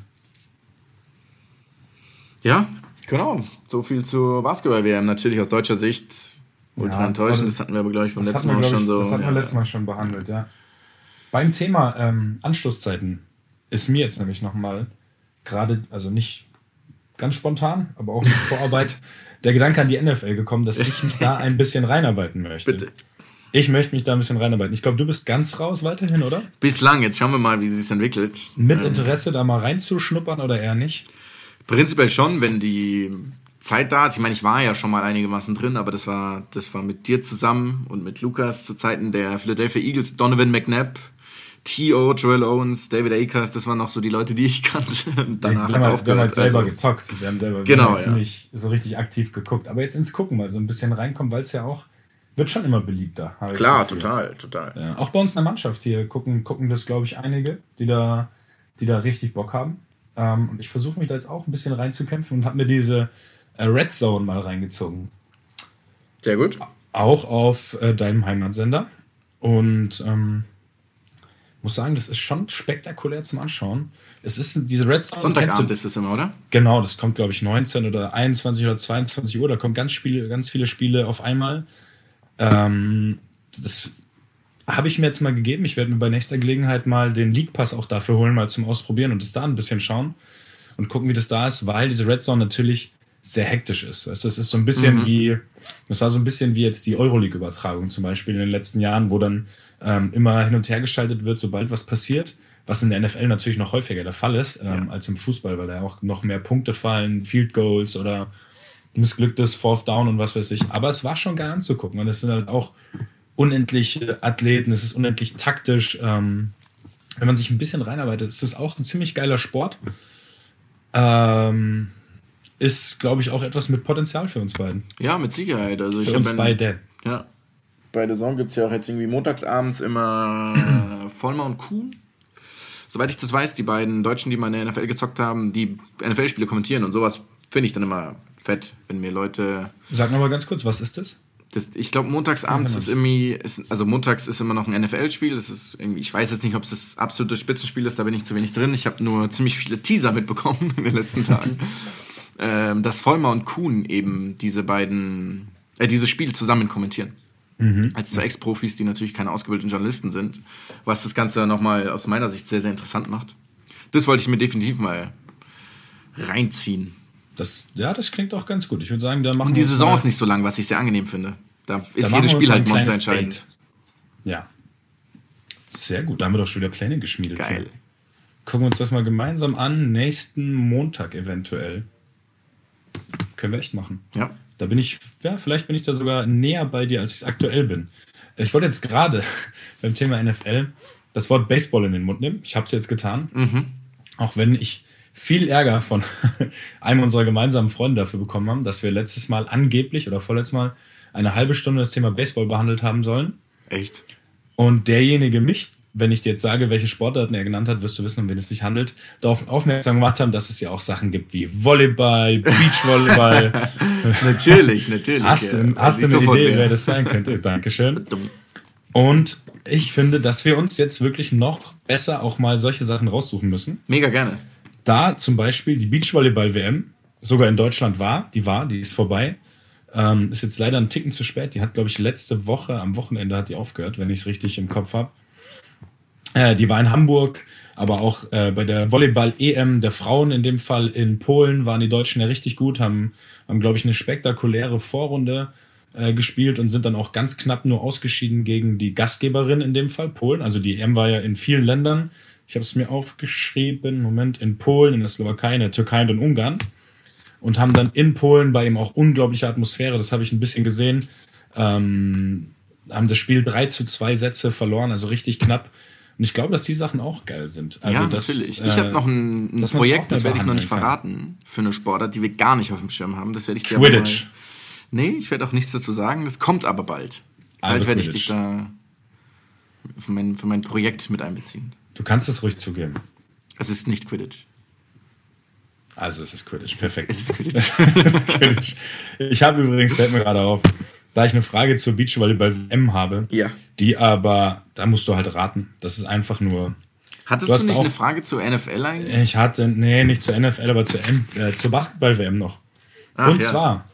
Ja, genau. So viel zur Basketball-WM. Natürlich aus deutscher Sicht ultra enttäuschend. Das hatten wir aber, glaube ich, beim letzten Mal schon so. Das hatten wir letztes Mal schon behandelt, ja. Beim Thema Anschlusszeiten ist mir jetzt nämlich nochmal gerade, also nicht ganz spontan, aber auch mit Vorarbeit, der Gedanke an die NFL gekommen, dass ich mich da ein bisschen reinarbeiten möchte. Bitte. Ich möchte mich da ein bisschen reinarbeiten. Ich glaube, du bist ganz raus weiterhin, oder? Bislang. Jetzt schauen wir mal, wie es sich entwickelt. Mit Interesse, da mal reinzuschnuppern oder eher nicht? Prinzipiell schon, wenn die Zeit da ist. Ich meine, ich war ja schon mal einigermaßen drin, aber das war mit dir zusammen und mit Lukas zu Zeiten der Philadelphia Eagles, Donovan McNabb, T.O., Joel Owens, David Akers, das waren noch so die Leute, die ich kannte. Danach wir haben halt selber gezockt. Wir haben selber nicht so richtig aktiv geguckt. Aber jetzt ins Gucken mal so ein bisschen reinkommen, weil es ja auch wird schon immer beliebter. Klar, total. Ja, auch bei uns in der Mannschaft hier gucken das, glaube ich, einige, die da richtig Bock haben. Und ich versuche mich da jetzt auch ein bisschen reinzukämpfen und habe mir diese Red Zone mal reingezogen. Sehr gut. Auch auf deinem Heimatsender. Und muss sagen, das ist schon spektakulär zum Anschauen. Es ist diese Red Zone. Sonntagabend ist das immer, oder? Genau, das kommt, glaube ich, 19 oder 21 oder 22 Uhr. Da kommen ganz viele Spiele auf einmal. Das habe ich mir jetzt mal gegeben. Ich werde mir bei nächster Gelegenheit mal den League Pass auch dafür holen, mal zum Ausprobieren und das da ein bisschen schauen und gucken, wie das da ist, weil diese Red Zone natürlich sehr hektisch ist. Weißt du, das ist so ein bisschen das war so ein bisschen wie jetzt die Euroleague-Übertragung zum Beispiel in den letzten Jahren, wo dann immer hin und her geschaltet wird, sobald was passiert, was in der NFL natürlich noch häufiger der Fall ist als im Fußball, weil da auch noch mehr Punkte fallen, Field Goals oder missglücktes Fourth Down und was weiß ich. Aber es war schon geil anzugucken und es sind halt auch unendliche Athleten, es ist unendlich taktisch. Wenn man sich ein bisschen reinarbeitet, ist es auch ein ziemlich geiler Sport. Ist, glaube ich, auch etwas mit Potenzial für uns beiden. Ja, mit Sicherheit. Also für uns beide. Ja. Bei The Zone gibt es ja auch jetzt irgendwie montagsabends immer Vollmer und Kuhn. Soweit ich das weiß, die beiden Deutschen, die mal in der NFL gezockt haben, die NFL-Spiele kommentieren und sowas finde ich dann immer fett, wenn mir Leute... Sag noch mal ganz kurz, was ist das? Ich glaube, montagsabends ist irgendwie... montags ist immer noch ein NFL-Spiel. Das ist irgendwie, ich weiß jetzt nicht, ob es das absolute Spitzenspiel ist, da bin ich zu wenig drin. Ich habe nur ziemlich viele Teaser mitbekommen in den letzten Tagen. Dass Vollmer und Kuhn eben diese beiden dieses Spiel zusammen kommentieren. Als 2 Ex-Profis, die natürlich keine ausgebildeten Journalisten sind, was das Ganze nochmal aus meiner Sicht sehr, sehr interessant macht. Das wollte ich mir definitiv mal reinziehen. Das klingt auch ganz gut. Ich würde sagen, da machen Und die Saison ist nicht so lang, was ich sehr angenehm finde. Da ist da jedes Spiel halt monster monsterentscheidend. Ja. Sehr gut, da haben wir doch schon wieder Pläne geschmiedet. Geil. Hier. Gucken wir uns das mal gemeinsam an. Nächsten Montag eventuell. Können wir echt machen. Ja. Vielleicht bin ich da sogar näher bei dir, als ich es aktuell bin. Ich wollte jetzt gerade beim Thema NFL das Wort Baseball in den Mund nehmen. Ich habe es jetzt getan. Auch wenn ich viel Ärger von einem unserer gemeinsamen Freunde dafür bekommen haben, dass wir letztes Mal angeblich oder vorletztes Mal eine halbe Stunde das Thema Baseball behandelt haben sollen. Echt? Und derjenige mich, wenn ich dir jetzt sage, welche Sportarten er genannt hat, wirst du wissen, um wen es sich handelt, darauf aufmerksam gemacht haben, dass es ja auch Sachen gibt wie Volleyball, Beachvolleyball. Natürlich. Hast du eine Idee, wer das sein könnte? Dankeschön. Und ich finde, dass wir uns jetzt wirklich noch besser auch mal solche Sachen raussuchen müssen. Mega gerne. Da zum Beispiel die Beachvolleyball-WM sogar in Deutschland die ist vorbei. Ist jetzt leider ein Ticken zu spät. Die hat, glaube ich, letzte Woche, am Wochenende hat die aufgehört, wenn ich es richtig im Kopf habe. Die war in Hamburg, aber auch bei der Volleyball-EM der Frauen, in dem Fall in Polen, waren die Deutschen ja richtig gut, haben glaube ich, eine spektakuläre Vorrunde gespielt und sind dann auch ganz knapp nur ausgeschieden gegen die Gastgeberin, in dem Fall Polen. Also die EM war ja in vielen Ländern. Ich habe es mir aufgeschrieben, in Polen, in der Slowakei, in der Türkei und in Ungarn. Und haben dann in Polen bei ihm auch unglaubliche Atmosphäre, das habe ich ein bisschen gesehen, haben das Spiel 3-2 Sätze verloren, also richtig knapp. Und ich glaube, dass die Sachen auch geil sind. Also ja, natürlich. Ich habe noch ein Projekt, das werde ich noch nicht verraten, für eine Sportart, die wir gar nicht auf dem Schirm haben. Das werde ich dir Quidditch. Nee, ich werde auch nichts dazu sagen. Das kommt aber bald. Also bald werde ich dich da für mein Projekt mit einbeziehen. Du kannst es ruhig zugeben. Es ist nicht Quidditch. Also es ist Quidditch. Perfekt. Es ist Quidditch. Quidditch. Ich habe übrigens, fällt mir gerade auf, da ich eine Frage zur Beachvolleyball-WM habe, Ja. die aber, da musst du halt raten. Das ist einfach nur... Hattest du nicht eine Frage zur NFL eigentlich? Ich hatte, nee, nicht zur NFL, aber zur Basketball-WM noch. Ach, und ja. zwar...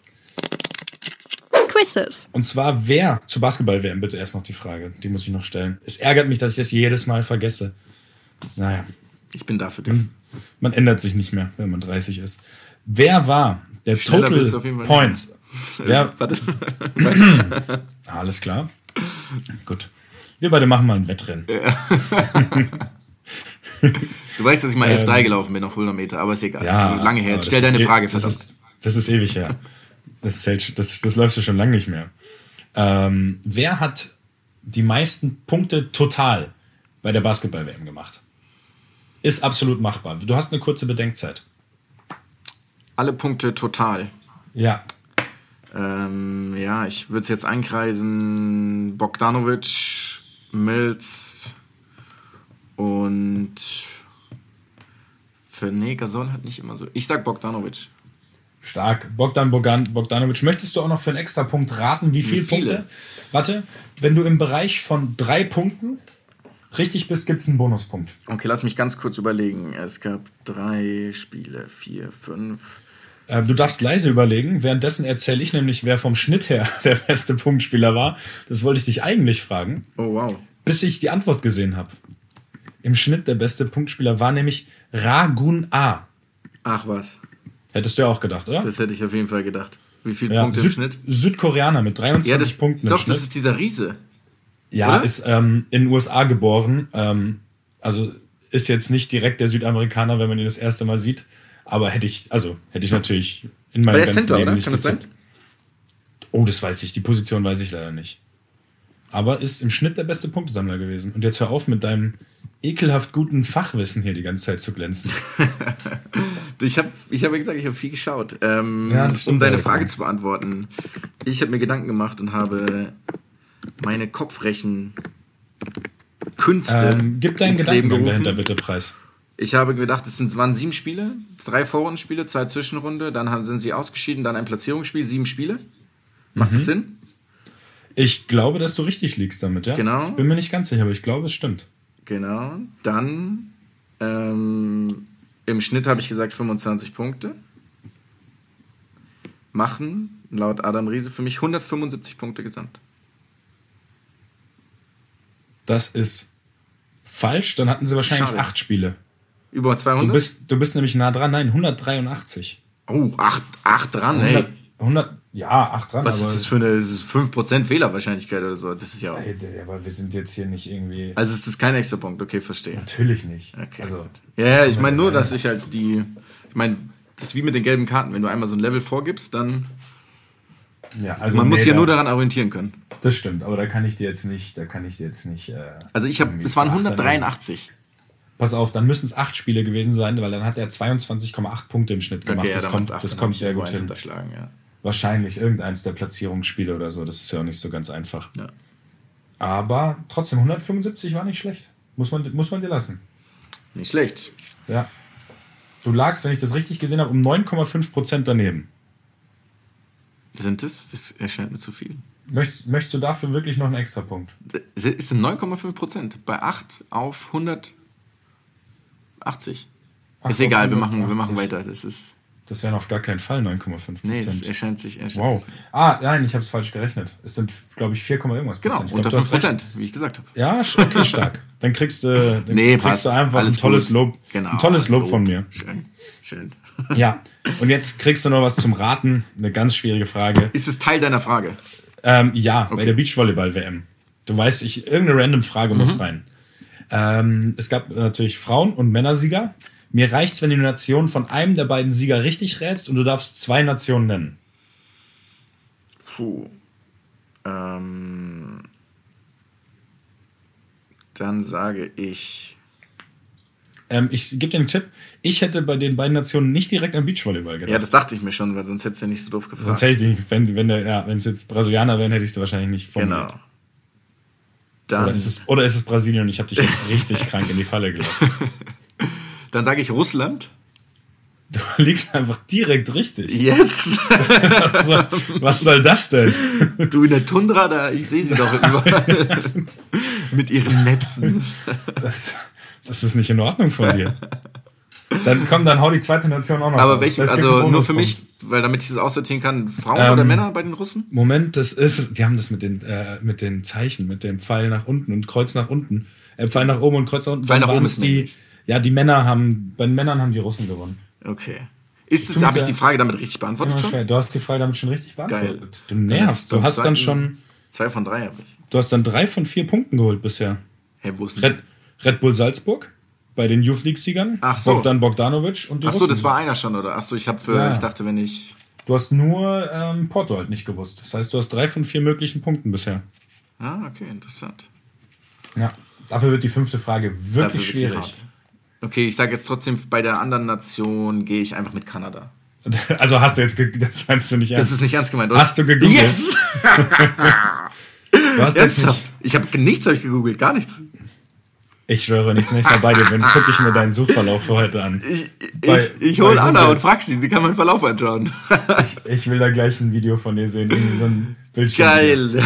Quizzes. Und zwar, wer zur Basketball-WM, bitte erst noch die Frage, die muss ich noch stellen. Es ärgert mich, dass ich das jedes Mal vergesse. Naja, Ich bin da für dich. man ändert sich nicht mehr, wenn man 30 ist. Wer war der Schneller bist du auf Total jeden Fall Points? Wer, Warte. alles klar. Gut. Wir beide machen mal ein Wettrennen. Du weißt, dass ich mal 11,3 gelaufen bin auf 100 Meter, aber ist egal. Ja, das ist lange her. Jetzt aber stell das deine ist Frage, das ist ewig her. Das läufst du schon lange nicht mehr. Wer hat die meisten Punkte total bei der Basketball-WM gemacht? Ist absolut machbar. Du hast eine kurze Bedenkzeit. Alle Punkte total. Ja. Ja, ich würde es jetzt einkreisen. Bogdanovic, Mills und Gasol hat nicht immer so. Ich sag Bogdanovic. Stark. Bogdanovic. Möchtest du auch noch für einen extra Punkt raten, wie viele Punkte? Warte, wenn du im Bereich von 3 Punkten richtig bist, gibt es einen Bonuspunkt. Okay, lass mich ganz kurz überlegen. Es gab 3 Spiele, 4, 5. Du darfst leise überlegen. Währenddessen erzähle ich nämlich, wer vom Schnitt her der beste Punktspieler war. Das wollte ich dich eigentlich fragen. Oh, wow. Bis ich die Antwort gesehen habe. Im Schnitt der beste Punktspieler war nämlich Ragun A. Ach was. Hättest du ja auch gedacht, oder? Das hätte ich auf jeden Fall gedacht. Wie viele Ja, Punkte im Schnitt? Südkoreaner mit 23 Punkten im Doch, Schnitt. das ist dieser Riese. Ja, oder? ist in den USA geboren. Also ist jetzt nicht direkt der Südamerikaner, wenn man ihn das erste Mal sieht. Aber hätte ich natürlich in meinem Aber der ganzen Center, Leben oder? nicht Kann das sein? gezählt. Oh, das weiß ich. Die Position weiß ich leider nicht. Aber ist im Schnitt der beste Punktesammler gewesen. Und jetzt hör auf mit deinem ekelhaft guten Fachwissen hier die ganze Zeit zu glänzen. Ich hab ja gesagt, ich habe viel geschaut. das Um stimmt deine allerdings. Frage zu beantworten. Ich habe mir Gedanken gemacht und habe meine Kopfrechenkünste Gib deinen ins Leben Gedankengang gerufen. dahinter bitte preis. Ich habe gedacht, waren 7 Spiele, 3 Vorrundenspiele, 2 Zwischenrunde, dann sind sie ausgeschieden, dann ein Platzierungsspiel, 7 Spiele. Macht das Sinn? Ich glaube, dass du richtig liegst damit, ja? Genau. Ich bin mir nicht ganz sicher, aber ich glaube, es stimmt. Genau. Dann im Schnitt habe ich gesagt 25 Punkte. Machen laut Adam Riese für mich 175 Punkte gesamt. Das ist falsch. Dann hatten sie wahrscheinlich Schade. 8 Spiele. Über 200? Du bist nämlich nah dran. Nein, 183. Oh, 8 dran, 8 dran. Was aber ist das für eine 5% Fehlerwahrscheinlichkeit oder so? Das ist ja auch... Aber wir sind jetzt hier nicht irgendwie... Also ist das kein extra Punkt, okay, verstehe. Natürlich nicht. Okay, Also, gut. Ja, ich meine nur, dass ich halt Ich meine, das ist wie mit den gelben Karten. Wenn du einmal so ein Level vorgibst, dann... ja, also Man muss sich ja nur daran orientieren können. Das stimmt, aber da kann ich dir jetzt nicht... Also es waren 183. Pass auf, dann müssen es 8 Spiele gewesen sein, weil dann hat er 22,8 Punkte im Schnitt gemacht. Okay, ja, das kommt sehr gut hin. Unterschlagen, ja. Wahrscheinlich irgendeins der Platzierungsspiele oder so. Das ist ja auch nicht so ganz einfach. Ja. Aber trotzdem, 175 war nicht schlecht. Muss man dir lassen. Nicht schlecht. Ja. Du lagst, wenn ich das richtig gesehen habe, um 9,5% daneben. Sind das? Das erscheint mir zu viel. Möchtest du dafür wirklich noch einen Extrapunkt? Ist 9,5%. Bei 8 auf 180. Ist egal, wir machen weiter. Das wären auf gar keinen Fall 9,5%. Nee, das erscheint sich. Wow. Nein, ich habe es falsch gerechnet. Es sind, glaube ich, 4, irgendwas Genau, Prozent. unter 5%, wie ich gesagt habe. Ja, okay, stark. Dann kriegst du einfach ein tolles Lob. Genau, ein tolles Lob von mir. Schön. Ja, und jetzt kriegst du noch was zum Raten. Eine ganz schwierige Frage. Ist es Teil deiner Frage? Ja, okay. Bei der Beachvolleyball-WM. Du weißt, irgendeine random Frage muss rein. Es gab natürlich Frauen- und Männersieger. Mir reicht's, wenn du die Nation von einem der beiden Sieger richtig rätst und du darfst 2 Nationen nennen. Puh. Dann sage ich... Ich gebe dir einen Tipp. Ich hätte bei den beiden Nationen nicht direkt an Beachvolleyball gedacht. Ja, das dachte ich mir schon, weil sonst hättest du ja nicht so doof gefragt. Sonst hätte ich, wenn es jetzt Brasilianer wären, hätte ich es wahrscheinlich nicht formuliert. Genau. Dann, oder ist es Brasilien und ich habe dich jetzt richtig krank in die Falle gelockt. Dann sage ich Russland. Du liegst einfach direkt richtig. Yes! Was soll das denn? Du in der Tundra, da, ich sehe sie doch überall. Mit ihren Netzen. Das ist nicht in Ordnung von dir. Dann hau die zweite Nation auch noch Aber raus. welche, also nur für mich, weil damit ich das aussortieren kann, Frauen oder Männer bei den Russen? Moment, die haben das mit den Zeichen, mit dem Pfeil nach unten und Kreuz nach unten. Pfeil nach oben und Kreuz nach unten. Pfeil nach oben ist bei den Männern haben die Russen gewonnen. Okay. Habe ich die Frage damit richtig beantwortet schon? Du hast die Frage damit schon richtig beantwortet. Geil. Du nervst. Du hast dann schon... 2 von 3 habe ich. Du hast dann 3 von 4 Punkten geholt bisher. Hey, wo ist denn? Red Bull Salzburg bei den Youth League-Siegern. Ach so. Bogdan Bogdanovic und die Russen. Das war einer schon, oder? Ach so, ich dachte, wenn ich... Du hast nur Porto halt nicht gewusst. Das heißt, du hast 3 von 4 möglichen Punkten bisher. Ah, okay, interessant. Ja, dafür wird die 5. Frage wirklich schwierig. Okay, ich sage jetzt trotzdem, bei der anderen Nation gehe ich einfach mit Kanada. Also hast du jetzt... Das meinst du nicht ernst? Das ist nicht ernst gemeint, oder? Hast du gegoogelt? Yes! Du hast ernsthaft? Ich habe gegoogelt, gar nichts. Ich schwöre, nichts nicht dabei dir. Dann gucke ich mir deinen Suchverlauf für heute an. Ich hole Anna und frag sie kann meinen Verlauf anschauen. Ich will da gleich ein Video von dir sehen. Irgendwie so ein Bildschirm. Geil.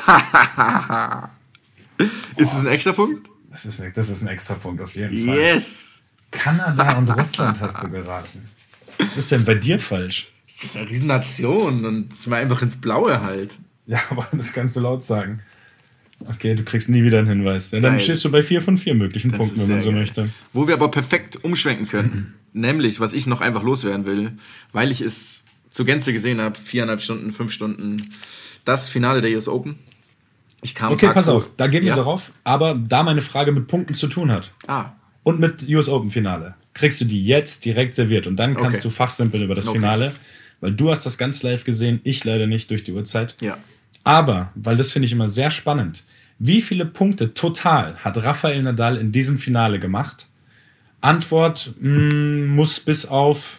Ist es ein Extrapunkt? Das ist ein Extrapunkt auf jeden Fall. Yes. Kanada und Russland hast du geraten. Was ist denn bei dir falsch? Das ist eine Riesennation und ich meine einfach ins Blaue halt. Ja, aber das kannst du laut sagen. Okay, du kriegst nie wieder einen Hinweis. Ja, dann stehst du bei 4 von 4 möglichen Punkten, wenn man so möchte. Wo wir aber perfekt umschwenken können, nämlich, was ich noch einfach loswerden will, weil ich es zur Gänze gesehen habe, 4,5 Stunden, 5 Stunden, das Finale der US Open. Okay, pass auf, da gehen wir darauf, aber da meine Frage mit Punkten zu tun hat und mit US Open Finale, kriegst du die jetzt direkt serviert und dann kannst du fachsimpeln über das Finale, weil du hast das ganz live gesehen, ich leider nicht durch die Uhrzeit. Ja. Aber, weil das finde ich immer sehr spannend, wie viele Punkte total hat Rafael Nadal in diesem Finale gemacht? Antwort muss bis auf,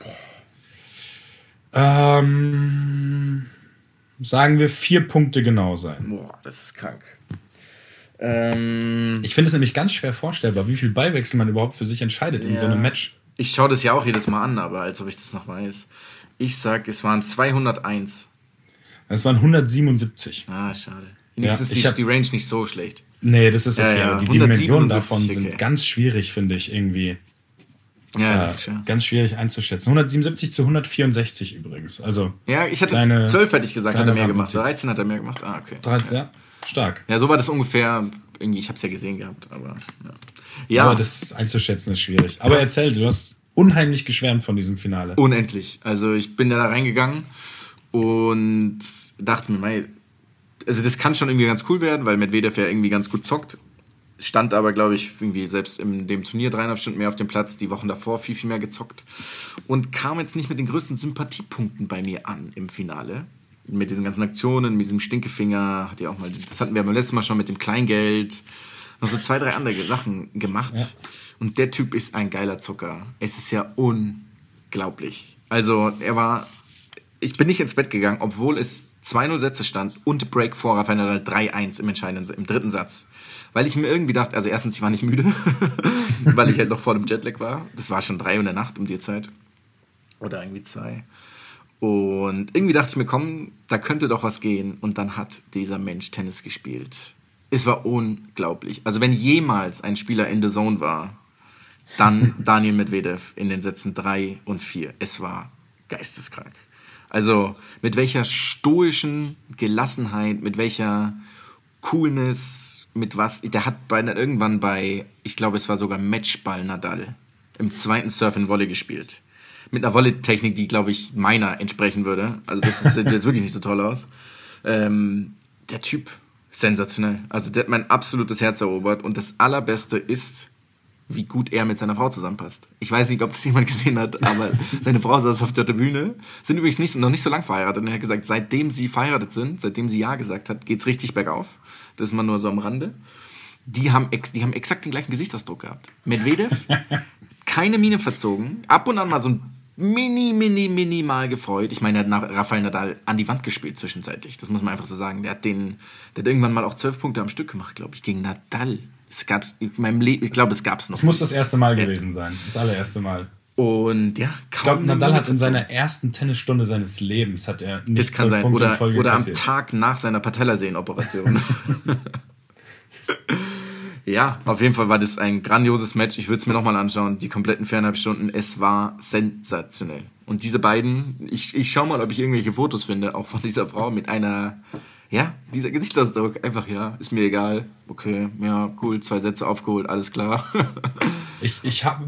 sagen wir 4 Punkte genau sein. Boah, das ist krank. Ich finde es nämlich ganz schwer vorstellbar, wie viel Ballwechsel man überhaupt für sich entscheidet in so einem Match. Ich schaue das ja auch jedes Mal an, aber als ob ich das noch weiß. Ich sag, es waren 201. Es waren 177. Ah, schade. Wenigstens ist die Range nicht so schlecht. Nee, das ist okay. Ja, aber die Dimensionen davon sind ganz schwierig, finde ich, irgendwie. Ja, das ist schwer. Ganz schwierig einzuschätzen. 177 zu 164 übrigens. Also ja, ich hatte 12, hätte ich gesagt, hat er mehr gemacht. 13 hat er mehr gemacht. Ah, okay. Ja, stark. Ja, so war das ungefähr. Irgendwie, ich habe es ja gesehen gehabt, aber ja. Aber das einzuschätzen ist schwierig. Aber erzähl, du hast unheimlich geschwärmt von diesem Finale. Unendlich. Also ich bin da reingegangen und dachte mir, also das kann schon irgendwie ganz cool werden, weil Medvedev ja irgendwie ganz gut zockt. Stand aber, glaube ich, irgendwie selbst in dem Turnier 3,5 Stunden mehr auf dem Platz, die Wochen davor viel, viel mehr gezockt. Und kam jetzt nicht mit den größten Sympathiepunkten bei mir an im Finale. Mit diesen ganzen Aktionen, mit diesem Stinkefinger, das hatten wir beim letzten Mal schon mit dem Kleingeld, noch so 2, 3 andere Sachen gemacht. Ja. Und der Typ ist ein geiler Zocker. Es ist ja unglaublich. Also ich bin nicht ins Bett gegangen, obwohl es 2-0 Sätze stand und Break vor Rafael Nadal 3-1 im dritten Satz. Weil ich mir irgendwie dachte, also erstens, ich war nicht müde, weil ich halt noch vor dem Jetlag war. Das war schon 3 Uhr in der Nacht um die Zeit. Oder irgendwie 2. Und irgendwie dachte ich mir, komm, da könnte doch was gehen. Und dann hat dieser Mensch Tennis gespielt. Es war unglaublich. Also wenn jemals ein Spieler in the Zone war, dann Daniel Medvedev in den Sätzen 3 und 4. Es war geisteskrank. Also mit welcher stoischen Gelassenheit, mit welcher Coolness, mit was, der hat irgendwann bei, ich glaube es war sogar Matchball Nadal, im zweiten Surf and Volley gespielt. Mit einer Volley-Technik, die, glaube ich, meiner entsprechen würde. Also das sieht jetzt wirklich nicht so toll aus. Der Typ, sensationell. Also der hat mein absolutes Herz erobert. Und das Allerbeste ist, wie gut er mit seiner Frau zusammenpasst. Ich weiß nicht, ob das jemand gesehen hat, aber seine Frau saß auf der Tribüne. Sind übrigens noch nicht so lang verheiratet. Und er hat gesagt, seitdem sie verheiratet sind, seitdem sie Ja gesagt hat, geht's richtig bergauf. Das ist mal nur so am Rande. Die haben exakt den gleichen Gesichtsausdruck gehabt. Medvedev, keine Miene verzogen, ab und an mal so ein minimal gefreut. Ich meine, er hat nach Rafael Nadal an die Wand gespielt zwischenzeitlich. Das muss man einfach so sagen. Der hat irgendwann mal auch 12 Punkte am Stück gemacht, glaube ich, gegen Nadal. Es gab's in meinem Leben, ich glaube, es gab's noch. Es muss das erste Mal gewesen sein. Das allererste Mal. Und ja, ich glaube, Nadal hat in seiner ersten Tennisstunde seines Lebens hat er nicht 12 Punkte in Folge oder kassiert. Am Tag nach seiner Patellasehnenoperation. Ja, auf jeden Fall war das ein grandioses Match. Ich würde es mir nochmal anschauen, die kompletten 4,5 Stunden. Es war sensationell. Und diese beiden, ich schaue mal, ob ich irgendwelche Fotos finde, auch von dieser Frau mit dieser Gesichtsausdruck. Einfach, ist mir egal. Okay, ja, cool, 2 Sätze aufgeholt, alles klar. Ich habe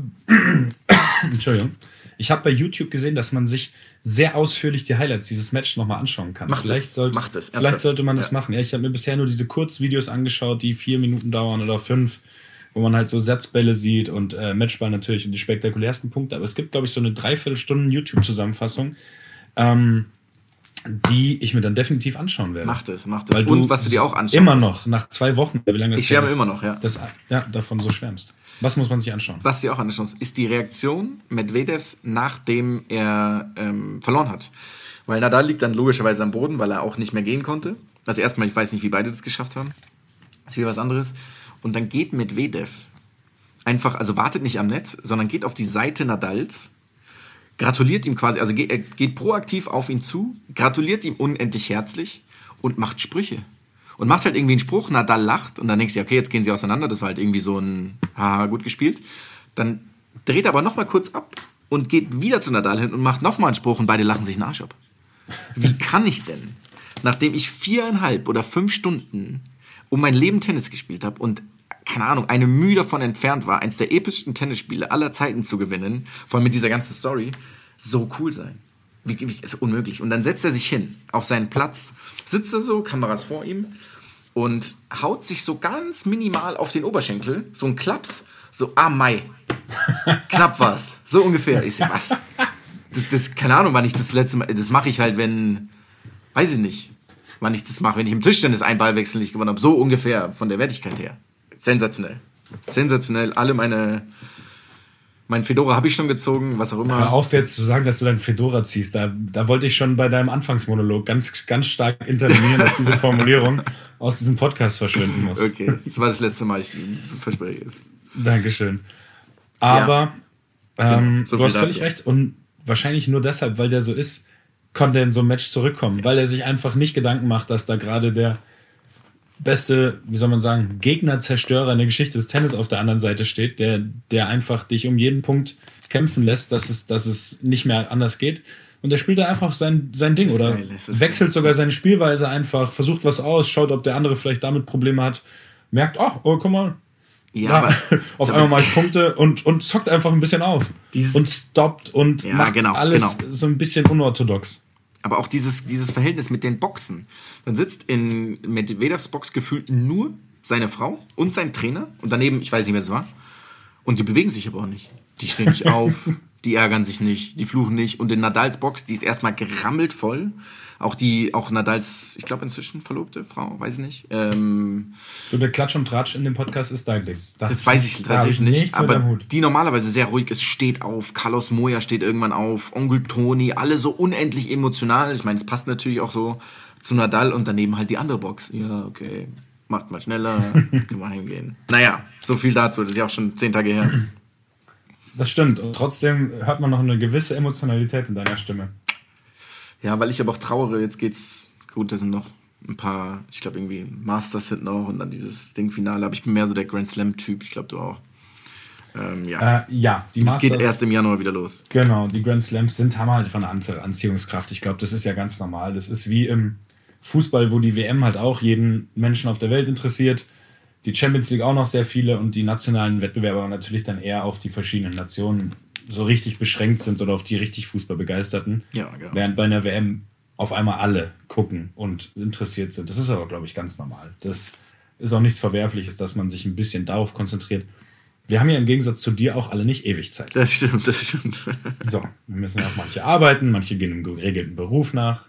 bei YouTube gesehen, dass man sich sehr ausführlich die Highlights dieses Matches nochmal anschauen kann. Vielleicht sollte man das machen. Ja, ich habe mir bisher nur diese Kurzvideos angeschaut, die 4 Minuten dauern oder 5, wo man halt so Satzbälle sieht und Matchball natürlich und die spektakulärsten Punkte. Aber es gibt, glaube ich, so eine 3/4 Stunden YouTube-Zusammenfassung, die ich mir dann definitiv anschauen werde. Mach das. Und was du dir auch anschaust. Immer noch, nach 2 Wochen, wie lange das ich schwärme immer noch, davon so schwärmst. Was muss man sich anschauen? Was du dir auch anschaust, ist die Reaktion Medvedevs, nachdem er verloren hat. Weil Nadal liegt dann logischerweise am Boden, weil er auch nicht mehr gehen konnte. Also erstmal, ich weiß nicht, wie beide das geschafft haben. Das ist wieder was anderes. Und dann geht Medvedev einfach, also wartet nicht am Netz, sondern geht auf die Seite Nadals, gratuliert ihm quasi, also geht proaktiv auf ihn zu, gratuliert ihm unendlich herzlich und macht Sprüche. Und macht halt irgendwie einen Spruch, Nadal lacht und dann denkst du, okay, jetzt gehen sie auseinander, das war halt irgendwie so ein, haha, gut gespielt. Dann dreht er aber nochmal kurz ab und geht wieder zu Nadal hin und macht nochmal einen Spruch und beide lachen sich den Arsch ab. Wie kann ich denn, nachdem ich 4,5 oder 5 Stunden um mein Leben Tennis gespielt habe und, keine Ahnung, eine Mühe davon entfernt war, eins der epischsten Tennisspiele aller Zeiten zu gewinnen, vor allem mit dieser ganzen Story, so cool sein? Ist unmöglich. Und dann setzt er sich hin auf seinen Platz, sitzt er so, Kameras vor ihm und haut sich so ganz minimal auf den Oberschenkel, so ein Klaps, so, Mai. Knapp war's. So ungefähr. Ich sag, was? Das keine Ahnung, wann ich das letzte Mal, das mache ich halt, weiß ich nicht, wann ich das mache, wenn ich im Tischtennis einen Ballwechsel nicht gewonnen habe. So ungefähr von der Wertigkeit her. Sensationell. Alle mein Fedora habe ich schon gezogen, was auch immer. Hör auf jetzt zu sagen, dass du deinen Fedora ziehst. Da wollte ich schon bei deinem Anfangsmonolog ganz, ganz stark intervenieren, dass diese Formulierung aus diesem Podcast verschwinden muss. Okay, das war das letzte Mal, ich verspreche es. Dankeschön. Aber so du hast völlig recht. Und wahrscheinlich nur deshalb, weil der so ist, konnte er in so ein Match zurückkommen. Weil er sich einfach nicht Gedanken macht, dass da gerade der beste, wie soll man sagen, Gegnerzerstörer in der Geschichte des Tennis auf der anderen Seite steht, der einfach dich um jeden Punkt kämpfen lässt, dass es nicht mehr anders geht. Und der spielt da einfach sein Ding oder wechselt sogar seine Spielweise einfach, versucht was aus, schaut, ob der andere vielleicht damit Probleme hat, merkt, oh guck mal, ja, auf einmal mache ich Punkte und zockt einfach ein bisschen auf und stoppt und macht alles so ein bisschen unorthodox. Aber auch dieses Verhältnis mit den Boxen. Dann sitzt in Medvedevs Box gefühlt nur seine Frau und sein Trainer und daneben, ich weiß nicht, wer es war, und die bewegen sich aber auch nicht. Die stehen nicht auf, die ärgern sich nicht, die fluchen nicht. Und in Nadals Box, die ist erstmal gerammelt voll. Auch Nadals, ich glaube inzwischen verlobte Frau, weiß ich nicht. So der Klatsch und Tratsch in dem Podcast ist dein Ding. Das weiß ich tatsächlich nicht. Aber die normalerweise sehr ruhig ist, steht auf. Carlos Moya steht irgendwann auf. Onkel Toni, alle so unendlich emotional. Ich meine, es passt natürlich auch so zu Nadal und daneben halt die andere Box. Ja, okay, macht mal schneller, können wir hingehen. Naja, so viel dazu. Das ist ja auch schon 10 Tage her. Das stimmt. Und trotzdem hört man noch eine gewisse Emotionalität in deiner Stimme. Ja, weil ich aber auch trauere. Jetzt geht's gut, da sind noch ein paar, ich glaube irgendwie Masters hinten auch und dann dieses Ding-Finale. Aber ich bin mehr so der Grand Slam-Typ. Ich glaube, du auch. Die Masters. Das geht erst im Januar wieder los. Genau, die Grand Slams haben halt von einer Anziehungskraft. Ich glaube, das ist ja ganz normal. Das ist wie im Fußball, wo die WM halt auch jeden Menschen auf der Welt interessiert. Die Champions League auch noch sehr viele und die nationalen Wettbewerber natürlich dann eher auf die verschiedenen Nationen so richtig beschränkt sind oder auf die richtig Fußballbegeisterten. Ja, genau. Während bei einer WM auf einmal alle gucken und interessiert sind. Das ist aber, glaube ich, ganz normal. Das ist auch nichts Verwerfliches, dass man sich ein bisschen darauf konzentriert. Wir haben ja im Gegensatz zu dir auch alle nicht ewig Zeit. Das stimmt. So, wir müssen auch manche arbeiten, manche gehen einem geregelten Beruf nach.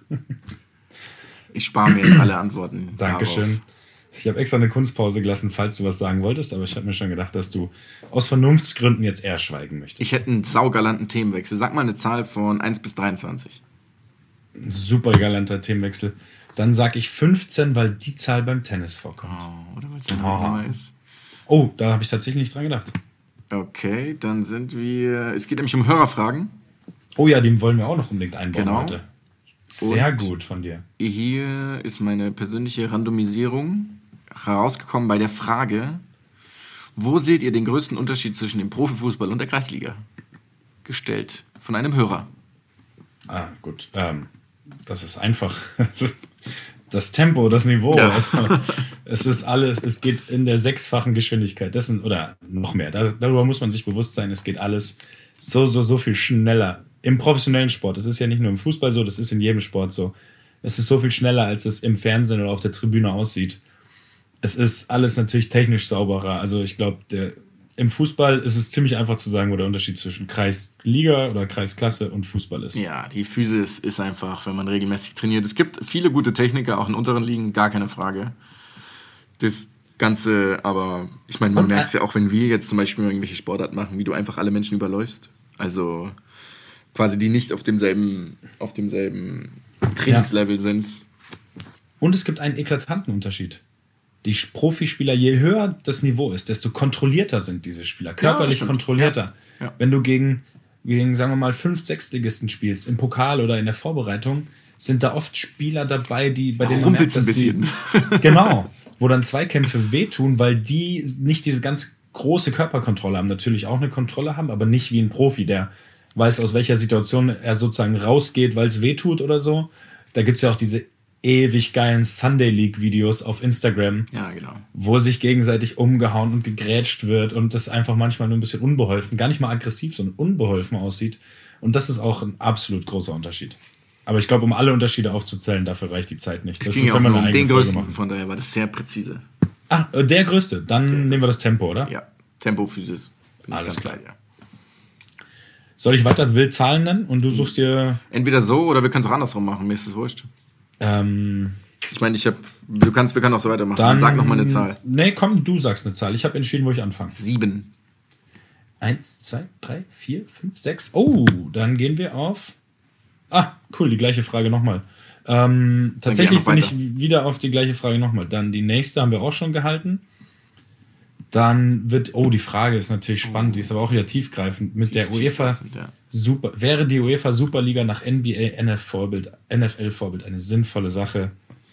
Ich spare mir jetzt alle Antworten. Dankeschön. Darauf. Ich habe extra eine Kunstpause gelassen, falls du was sagen wolltest, aber ich habe mir schon gedacht, dass du aus Vernunftsgründen jetzt eher schweigen möchtest. Ich hätte einen saugalanten Themenwechsel. Sag mal eine Zahl von 1 bis 23. Ein super galanter Themenwechsel. Dann sage ich 15, weil die Zahl beim Tennis vorkommt. Oh, oder weil es eine Nummer ist. Oh, da habe ich tatsächlich nicht dran gedacht. Okay, dann sind wir... Es geht nämlich um Hörerfragen. Oh ja, den wollen wir auch noch unbedingt einbauen heute. Sehr und gut von dir. Hier ist meine persönliche Randomisierung herausgekommen bei der Frage, wo seht ihr den größten Unterschied zwischen dem Profifußball und der Kreisliga? Gestellt von einem Hörer. Ah, gut. Das ist einfach das Tempo, das Niveau. Ja. Also, es ist alles, es geht in der 6-fachen Geschwindigkeit. Oder noch mehr. Darüber muss man sich bewusst sein, es geht alles so viel schneller. Im professionellen Sport. Das ist ja nicht nur im Fußball so, das ist in jedem Sport so. Es ist so viel schneller, als es im Fernsehen oder auf der Tribüne aussieht. Es ist alles natürlich technisch sauberer. Also ich glaube, im Fußball ist es ziemlich einfach zu sagen, wo der Unterschied zwischen Kreisliga oder Kreisklasse und Fußball ist. Ja, die Physis ist einfach, wenn man regelmäßig trainiert. Es gibt viele gute Techniker, auch in unteren Ligen, gar keine Frage. Das Ganze, aber ich meine, man merkt es ja auch, wenn wir jetzt zum Beispiel irgendwelche Sportarten machen, wie du einfach alle Menschen überläufst. Also quasi die nicht auf demselben Trainingslevel sind. Und es gibt einen eklatanten Unterschied. Die Profispieler, je höher das Niveau ist, desto kontrollierter sind diese Spieler. Körperlich kontrollierter. Ja. Wenn du gegen, sagen wir mal, 5 Sechstligisten spielst, im Pokal oder in der Vorbereitung, sind da oft Spieler dabei, bei denen man merkt, dass die... Genau. Wo dann Zweikämpfe wehtun, weil die nicht diese ganz große Körperkontrolle haben. Natürlich auch eine Kontrolle haben, aber nicht wie ein Profi, der weiß, aus welcher Situation er sozusagen rausgeht, weil es wehtut oder so. Da gibt es ja auch diese ewig geilen Sunday League-Videos auf Instagram, ja, genau, wo sich gegenseitig umgehauen und gegrätscht wird und das einfach manchmal nur ein bisschen unbeholfen, gar nicht mal aggressiv, sondern unbeholfen aussieht. Und das ist auch ein absolut großer Unterschied. Aber ich glaube, um alle Unterschiede aufzuzählen, dafür reicht die Zeit nicht. Es ging ja auch nur um den größten, von daher war das sehr präzise. Ah, der größte. Dann nehmen wir das Tempo, oder? Ja, Tempo, Physis. Alles klar. Ja. Soll ich weiter wild Zahlen nennen und du suchst dir... Entweder so oder wir können es auch andersrum machen, mir ist das wurscht. Ich meine, wir können auch so weitermachen. Dann sag nochmal eine Zahl. Nee, komm, du sagst eine Zahl. Ich habe entschieden, wo ich anfange. 7. 1, 2, 3, 4, 5, 6. Oh, dann gehen wir auf... Ah, cool, die gleiche Frage nochmal. Tatsächlich bin ich wieder auf die gleiche Frage nochmal. Dann die nächste haben wir auch schon gehalten. Dann wird... Oh, die Frage ist natürlich spannend. Die ist aber auch wieder tiefgreifend. Mit der UEFA... Super. Wäre die UEFA Superliga nach NBA, NFL-Vorbild eine sinnvolle Sache?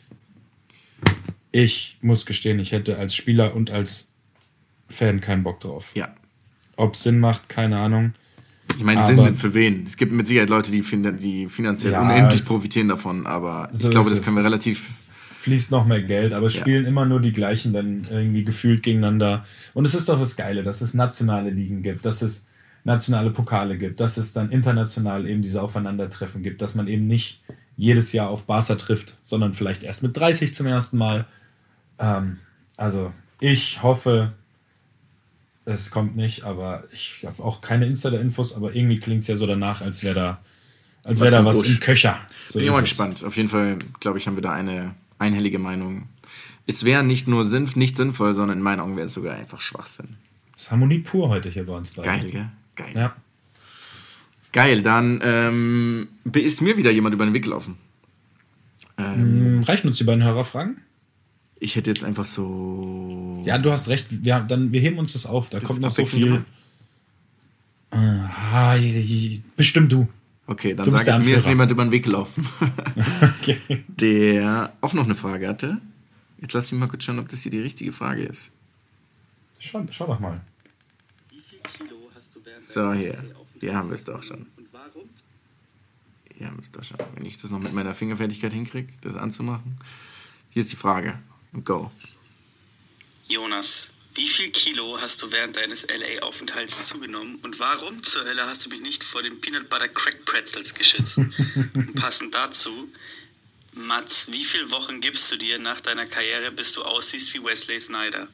Ich muss gestehen, ich hätte als Spieler und als Fan keinen Bock drauf. Ja. Ob es Sinn macht, keine Ahnung. Ich meine, die sind für wen? Es gibt mit Sicherheit Leute, die finanziell unendlich profitieren davon, aber so ich glaube, das können wir relativ... Fließt noch mehr Geld, aber es spielen immer nur die gleichen dann irgendwie gefühlt gegeneinander. Und es ist doch das Geile, dass es nationale Ligen gibt, dass es nationale Pokale gibt, dass es dann international eben diese Aufeinandertreffen gibt, dass man eben nicht jedes Jahr auf Barca trifft, sondern vielleicht erst mit 30 zum ersten Mal. Also ich hoffe, es kommt nicht, aber ich habe auch keine Insider-Infos, aber irgendwie klingt es ja so danach, als wäre da was im Köcher. So bin ich mal gespannt. Auf jeden Fall, glaube ich, haben wir da eine einhellige Meinung. Es wäre nicht nur nicht sinnvoll, sondern in meinen Augen wäre es sogar einfach Schwachsinn. Das ist Harmonie pur heute hier bei uns beiden. Geil, gell? Geil. Ja. Geil, dann ist mir wieder jemand über den Weg gelaufen. Reichen uns die beiden Hörerfragen? Ich hätte jetzt einfach so... Ja, du hast recht. Wir heben uns das auf. Da kommt noch so viel. Bestimmt du. Okay, dann sage ich, mir ist jemand über den Weg gelaufen. Okay. Der auch noch eine Frage hatte. Jetzt lass mich mal kurz schauen, ob das hier die richtige Frage ist. Schau doch mal. Wie viel Kilo hast du während so, hier haben wir es doch schon. Und warum? Hier haben wir es doch schon. Wenn ich das noch mit meiner Fingerfertigkeit hinkriege, das anzumachen. Hier ist die Frage. Go. Jonas, wie viel Kilo hast du während deines LA-Aufenthalts zugenommen und warum zur Hölle hast du mich nicht vor den Peanut Butter Crack Pretzels geschützt? Und passend dazu, Mats, wie viele Wochen gibst du dir nach deiner Karriere, bis du aussiehst wie Wesley Sneijder?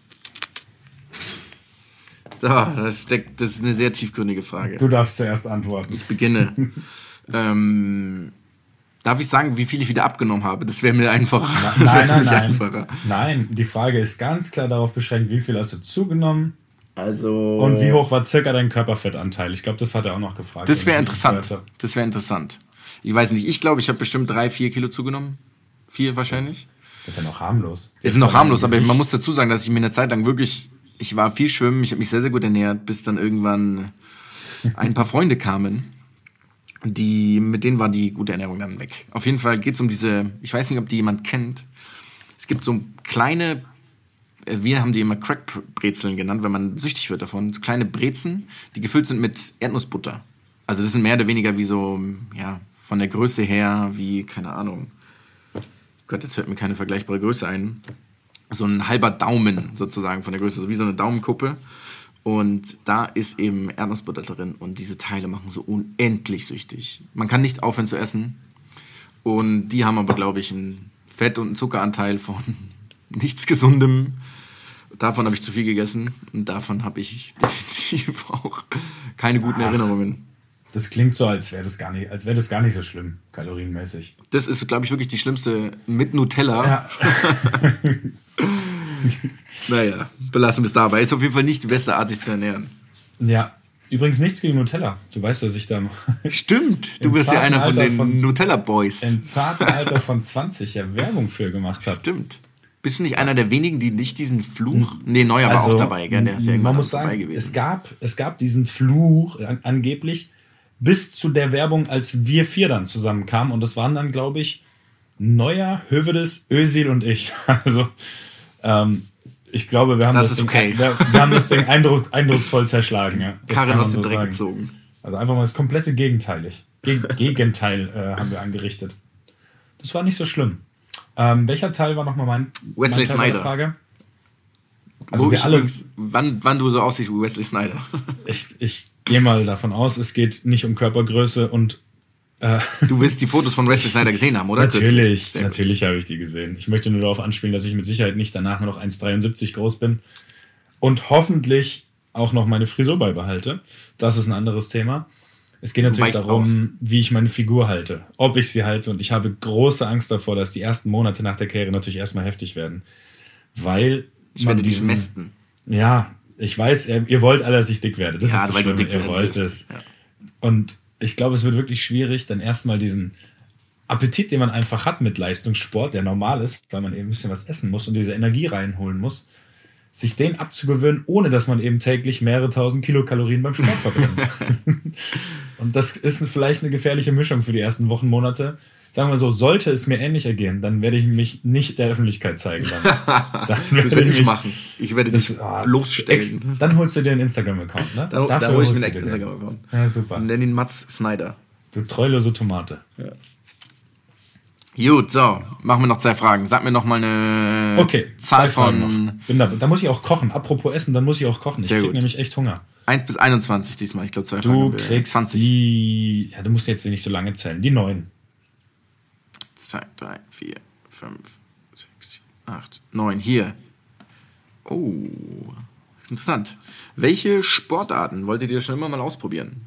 So, das ist eine sehr tiefgründige Frage. Du darfst zuerst antworten. Ich beginne. Darf ich sagen, wie viel ich wieder abgenommen habe? Das wäre mir einfacher. Nein. Nein, die Frage ist ganz klar darauf beschränkt, wie viel hast du zugenommen? Also. Und wie hoch war circa dein Körperfettanteil? Ich glaube, das hat er auch noch gefragt. Das wäre interessant. Ich weiß nicht, ich glaube, ich habe bestimmt 3-4 Kilo zugenommen. 4 wahrscheinlich. Das ist ja noch harmlos. Das ist noch harmlos, aber man muss dazu sagen, dass ich mir eine Zeit lang ich war viel schwimmen, ich habe mich sehr, sehr gut ernährt, bis dann irgendwann ein paar Freunde kamen. Mit denen war die gute Ernährung dann weg. Auf jeden Fall geht es um diese, ich weiß nicht, ob die jemand kennt. Es gibt so kleine, wir haben die immer Crackbrezeln genannt, wenn man süchtig wird davon. So kleine Brezen, die gefüllt sind mit Erdnussbutter. Also das sind mehr oder weniger wie so, ja, von der Größe her, wie, keine Ahnung. Gott, jetzt fällt mir keine vergleichbare Größe ein. So ein halber Daumen sozusagen von der Größe, so wie so eine Daumenkuppe. Und da ist eben Erdnussbutter drin und diese Teile machen so unendlich süchtig. Man kann nicht aufhören zu essen und die haben aber, glaube ich, einen Fett- und einen Zuckeranteil von nichts Gesundem. Davon habe ich zu viel gegessen und davon habe ich definitiv auch keine guten Erinnerungen. Das klingt so, als wäre das gar nicht so schlimm, kalorienmäßig. Das ist, glaube ich, wirklich die schlimmste mit Nutella. Ja. Naja, belassen wir es dabei. Ist auf jeden Fall nicht die beste Art, sich zu ernähren. Ja, übrigens nichts gegen Nutella. Du weißt, dass ich da... Stimmt, du bist ja einer von den Nutella-Boys. Im zarten Alter von 20 ja Werbung für gemacht habe. Stimmt. Bist du nicht einer der wenigen, die nicht diesen Fluch... Nee, Neuer war auch dabei, gell? Der ist ja man muss sagen, es gab diesen Fluch angeblich bis zu der Werbung, als wir 4 dann zusammenkamen. Und das waren dann, glaube ich, Neuer, Hövedes, Özil und ich. Also... ich glaube, wir haben das Ding eindrucksvoll zerschlagen. Ja. Karren aus dem Dreck gezogen. Also einfach mal das komplette Gegenteil haben wir angerichtet. Das war nicht so schlimm. Welcher Teil war nochmal mein Wesley Sneijder. Frage? Also wir alle, wann du so aussiehst wie Wesley Sneijder. Ich gehe mal davon aus, es geht nicht um Körpergröße und du wirst die Fotos von Wesley Sneijder gesehen haben, oder? Natürlich habe ich die gesehen. Ich möchte nur darauf anspielen, dass ich mit Sicherheit nicht danach nur noch 1,73 groß bin und hoffentlich auch noch meine Frisur beibehalte. Das ist ein anderes Thema. Es geht natürlich darum, wie ich meine Figur halte, ob ich sie halte. Und ich habe große Angst davor, dass die ersten Monate nach der Karriere natürlich erstmal heftig werden. Weil ich werde dich mästen. Ja, ich weiß, ihr wollt alle, dass ich dick werde. Das ist das Schlimme, ihr wollt es. Ja. Und ich glaube, es wird wirklich schwierig, dann erstmal diesen Appetit, den man einfach hat mit Leistungssport, der normal ist, weil man eben ein bisschen was essen muss und diese Energie reinholen muss, sich den abzugewöhnen, ohne dass man eben täglich mehrere tausend Kilokalorien beim Sport verbrennt. Und das ist vielleicht eine gefährliche Mischung für die ersten Wochen, Monate. sagen wir so, sollte es mir ähnlich ergehen, dann werde ich mich nicht der Öffentlichkeit zeigen. Dann Das werde ich machen. Ich werde dich bloßstellen. Dann holst du dir einen Instagram-Account, ne? Da hole ich mir einen extra Instagram-Account. Ja, super. Und nenn ihn Mats Snyder. Du treulose Tomate. Ja. Gut, so, machen wir noch 2 Fragen. Sag mir noch mal eine Zahl von... Bin da muss ich auch kochen. Apropos Essen, dann muss ich auch kochen. Ich krieg nämlich echt Hunger. 1 bis 21 diesmal. Ich glaube, 2 Du Fragen. kriegst 20. die... Ja, du musst jetzt nicht so lange zählen. Die 9. 2, 3, 4, 5, 6, 8, 9. Hier. Oh, das ist interessant. Welche Sportarten wolltet ihr schon immer mal ausprobieren?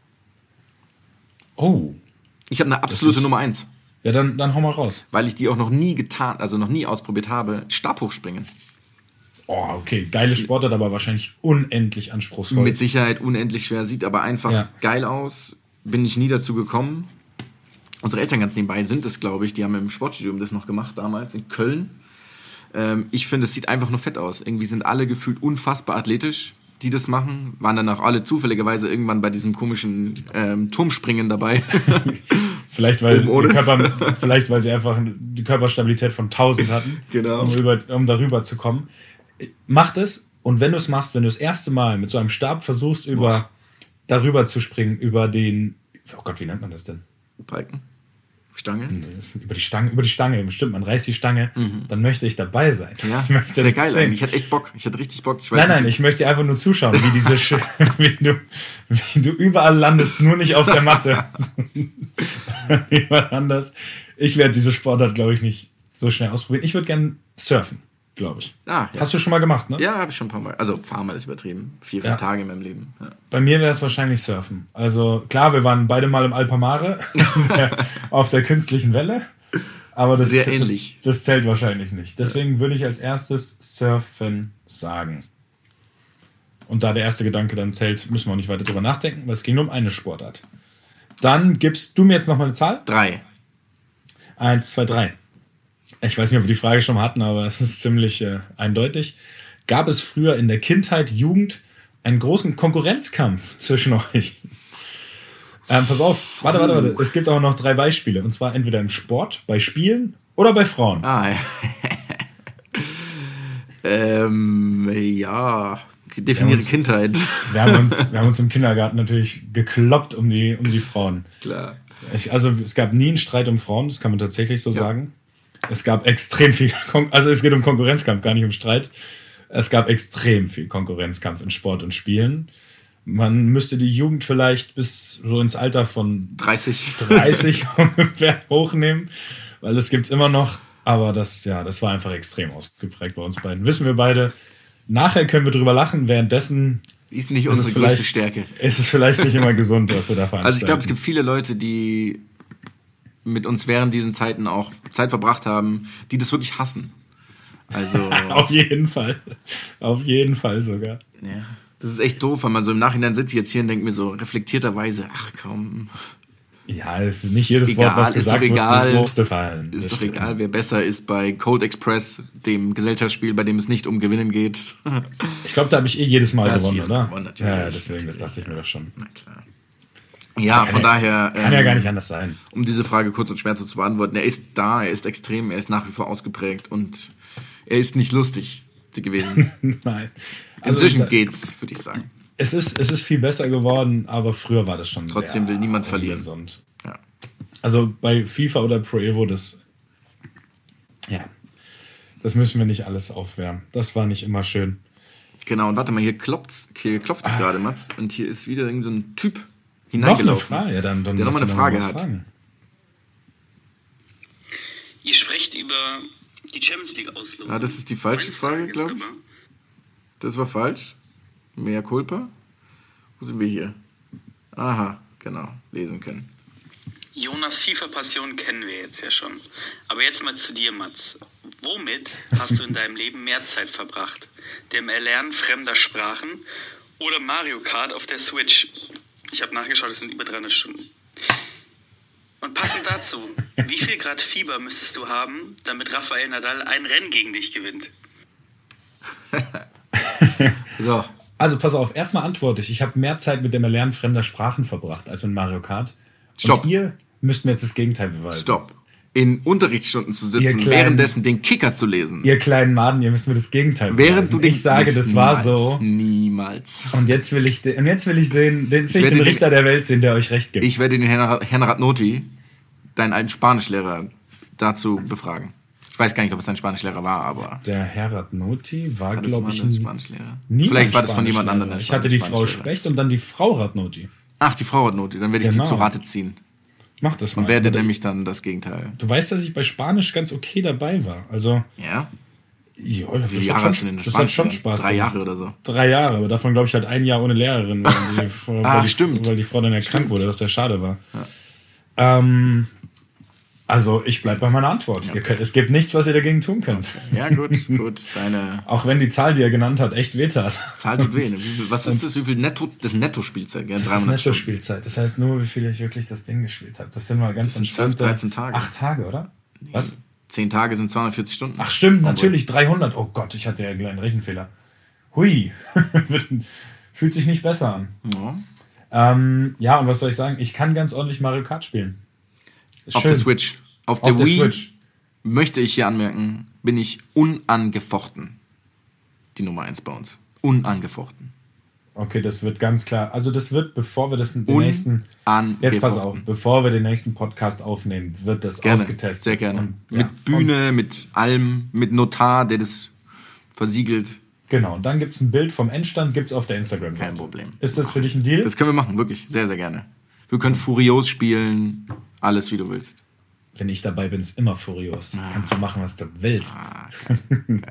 Oh. Ich habe eine absolute Nummer 1. Ja, dann hau mal raus. Weil ich die auch noch nie noch nie ausprobiert habe. Stabhochspringen. Oh, okay. Geile Sportart, aber wahrscheinlich unendlich anspruchsvoll. Mit Sicherheit unendlich schwer. Sieht aber einfach geil aus. Bin ich nie dazu gekommen. Unsere Eltern ganz nebenbei sind es, glaube ich. Die haben im Sportstudium das noch gemacht damals in Köln. Ich finde, es sieht einfach nur fett aus. Irgendwie sind alle gefühlt unfassbar athletisch, die das machen. Waren dann auch alle zufälligerweise irgendwann bei diesem komischen Turmspringen dabei. Vielleicht, weil sie einfach die Körperstabilität von 1000 hatten, genau. um darüber zu kommen. Mach das, und wenn du es machst, wenn du das erste Mal mit so einem Stab versuchst, darüber zu springen, über den... Oh Gott, wie nennt man das denn? Balken? Stange? Über die Stange, bestimmt, man reißt die Stange, dann möchte ich dabei sein. Ja, sehr geil eigentlich. Ich hatte echt Bock, ich hatte richtig Bock. Ich möchte einfach nur zuschauen, wie du überall landest, nur nicht auf der Matte. Überall anders. Ich werde diese Sportart, glaube ich, nicht so schnell ausprobieren. Ich würde gerne surfen, glaube ich. Ja. Hast du schon mal gemacht, ne? Ja, habe ich schon ein paar Mal. Also, paar Mal ist übertrieben. 4, 5 Tage in meinem Leben. Ja. Bei mir wäre es wahrscheinlich Surfen. Also, klar, wir waren beide mal im Alpamare auf der künstlichen Welle. Aber das zählt wahrscheinlich nicht. Deswegen würde ich als erstes Surfen sagen. Und da der erste Gedanke dann zählt, müssen wir auch nicht weiter drüber nachdenken, weil es ging nur um eine Sportart. Dann gibst du mir jetzt nochmal eine Zahl? 3. 1, 2, 3. Ich weiß nicht, ob wir die Frage schon mal hatten, aber es ist ziemlich eindeutig. Gab es früher in der Kindheit, Jugend einen großen Konkurrenzkampf zwischen euch? Pass auf, warte. Es gibt auch noch 3 Beispiele. Und zwar entweder im Sport, bei Spielen oder bei Frauen. Ja. Definierte Kindheit. Wir haben uns im Kindergarten natürlich gekloppt um die Frauen. Klar. Es gab nie einen Streit um Frauen, das kann man tatsächlich so sagen. Es gab extrem viel, also es geht um Konkurrenzkampf, gar nicht um Streit. Es gab extrem viel Konkurrenzkampf in Sport und Spielen. Man müsste die Jugend vielleicht bis so ins Alter von 30 ungefähr hochnehmen, weil das gibt's immer noch. Aber das war einfach extrem ausgeprägt bei uns beiden. Wissen wir beide. Nachher können wir drüber lachen, währenddessen ist nicht unsere größte Stärke. Ist es vielleicht nicht immer gesund, was wir da veranstalten. Also ich glaube, es gibt viele Leute, die mit uns während diesen Zeiten auch Zeit verbracht haben, die das wirklich hassen. Also Auf jeden Fall sogar. Ja, das ist echt doof, weil man so im Nachhinein sitzt jetzt hier und denkt mir so reflektierterweise, ach komm. Ja, es ist nicht jedes Wort, was gesagt wird, musste fallen. Ist doch egal, wer besser ist bei Cold Express, dem Gesellschaftsspiel, bei dem es nicht um Gewinnen geht. Ich glaube, da habe ich jedes Mal gewonnen, oder? Gewonnen, ja, deswegen, das dachte ich mir doch schon. Na klar. Ja, von daher... Kann ja gar nicht anders sein. Um diese Frage kurz und schmerzlos zu beantworten, er ist da, er ist extrem, er ist nach wie vor ausgeprägt und er ist nicht lustig gewesen. Nein. Inzwischen geht's, würde ich sagen. Es ist viel besser geworden, aber früher war das schon Trotzdem will niemand verlieren. Ja. Also bei FIFA oder Pro Evo, das müssen wir nicht alles aufwärmen. Das war nicht immer schön. Genau, und warte mal, hier klopft es gerade, Mats. Und hier ist wieder irgend so ein Typ hineingelaufen. Noch eine Frage? Dann der nochmal eine Frage hat. Ihr sprecht über die Champions League Auslosung. Ah, das ist die falsche Frage, glaube ich. Das war falsch. Mea culpa. Wo sind wir hier? Aha, genau. Lesen können. Jonas FIFA-Passion kennen wir jetzt ja schon. Aber jetzt mal zu dir, Mats. Womit hast du in deinem Leben mehr Zeit verbracht? Dem Erlernen fremder Sprachen oder Mario Kart auf der Switch? Ich habe nachgeschaut, es sind über 300 Stunden. Und passend dazu, wie viel Grad Fieber müsstest du haben, damit Rafael Nadal ein Rennen gegen dich gewinnt? So. Also pass auf, erstmal antworte ich. Ich habe mehr Zeit mit dem Erlernen fremder Sprachen verbracht als mit Mario Kart. Stopp. Und ihr müssten wir jetzt das Gegenteil beweisen. Stopp. In Unterrichtsstunden zu sitzen, Ihr währenddessen den Kicker zu lesen. Ihr kleinen Maden, ihr müsst mir das Gegenteil beweisen. Während du den ich sage, das war so. Niemals. Und jetzt will ich den Richter der Welt sehen, der euch recht gibt. Ich werde den Herrn Radnoti, deinen alten Spanischlehrer, dazu befragen. Ich weiß gar nicht, ob es dein Spanischlehrer war, aber... Der Herr Radnoti war, War glaube das ich, mal ein Spanischlehrer? nie Vielleicht war das von jemand anderem. Ich hatte die Frau Specht und dann die Frau Radnoti. Ach, die Frau Radnoti. Dann werde ich Genau. die zu Rate ziehen. Mach das mal. Und werde nämlich dann das Gegenteil. Du weißt, dass ich bei Spanisch ganz okay dabei war. Also, Ja? ja, Wie viele Jahre hast du denn in das hat schon Spanisch? Spaß 3 gemacht. Jahre oder so. 3 Jahre, aber davon glaube ich halt 1 Jahr ohne Lehrerin, Stimmt. weil die Frau dann erkrankt wurde, was sehr schade war. Also ich bleibe bei meiner Antwort. Okay. Es gibt nichts, was ihr dagegen tun könnt. Ja, gut. Deine Auch wenn die Zahl, die er genannt hat, echt wehtat. Zahl tut weh. Was ist das? Wie viel Netto? Das Netto-Spielzeit, gell? Das ist 300 Stunden. Netto-Spielzeit. Das heißt nur, wie viel ich wirklich das Ding gespielt habe. Das sind mal ganz sind 12, entspannte 13 Tage. 8 Tage, oder? Was? 10 Tage sind 240 Stunden. Ach stimmt, natürlich, 300. Oh Gott, ich hatte ja einen kleinen Rechenfehler. Hui. Fühlt sich nicht besser an. Ja. Ja, und was soll ich sagen? Ich kann ganz ordentlich Mario Kart spielen. Ist Auf schön. der Switch. Auf der Wii, möchte ich hier anmerken, bin ich unangefochten die Nummer 1 bei uns. Unangefochten. Okay, das wird ganz klar. Also das wird, bevor wir das den nächsten... Jetzt pass auf, bevor wir den nächsten Podcast aufnehmen, wird das Gerne, ausgetestet. sehr gerne. Und, mit Bühne, mit allem, mit Notar, der das versiegelt. Genau, und dann gibt es ein Bild vom Endstand, gibt es auf der Instagram-Seite. Kein Problem. Ist das für dich ein Deal? Das können wir machen, wirklich. Sehr, sehr gerne. Wir können Furios spielen, alles wie du willst. Wenn ich dabei bin, ist immer furios. Kannst du machen, was du willst. Geil.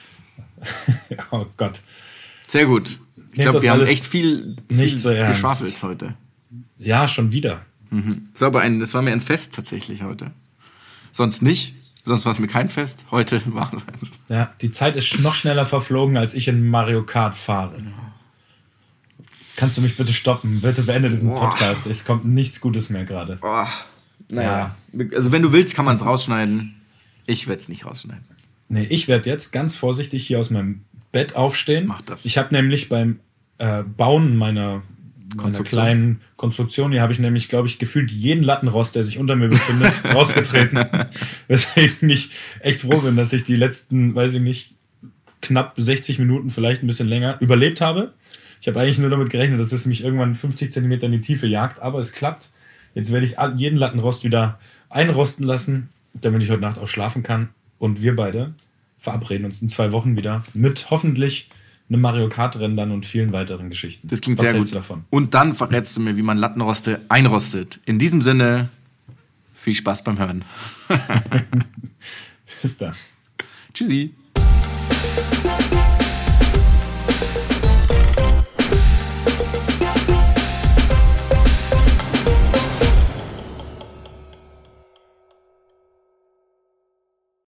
Oh Gott. Sehr gut. Ich glaube, wir haben echt viel nicht so ernst. geschwafelt heute. Ja, schon wieder. Das war mir ein Fest tatsächlich heute. Sonst nicht. Sonst war es mir kein Fest. Heute war es eins. Ja, die Zeit ist noch schneller verflogen, als ich in Mario Kart fahre. Kannst du mich bitte stoppen? Bitte beende diesen Podcast. Es kommt nichts Gutes mehr gerade. Naja. Also wenn du willst, kann man es rausschneiden. Ich werde es nicht rausschneiden. Nee, ich werde jetzt ganz vorsichtig hier aus meinem Bett aufstehen. Mach das. Ich habe nämlich beim Bauen meiner kleinen Konstruktion, hier habe ich nämlich, glaube ich, gefühlt jeden Lattenrost, der sich unter mir befindet, rausgetreten. Weswegen ich echt froh bin, dass ich die letzten, weiß ich nicht, knapp 60 Minuten, vielleicht ein bisschen länger, überlebt habe. Ich habe eigentlich nur damit gerechnet, dass es mich irgendwann 50 Zentimeter in die Tiefe jagt, aber es klappt. Jetzt werde ich jeden Lattenrost wieder einrosten lassen, damit ich heute Nacht auch schlafen kann. Und wir beide verabreden uns in 2 Wochen wieder mit hoffentlich einem Mario Kart Rennen dann und vielen weiteren Geschichten. Das klingt Was sehr hältst gut. du davon? Und dann verrätst du mir, wie man Lattenroste einrostet. In diesem Sinne, viel Spaß beim Hören. Bis dann. Tschüssi.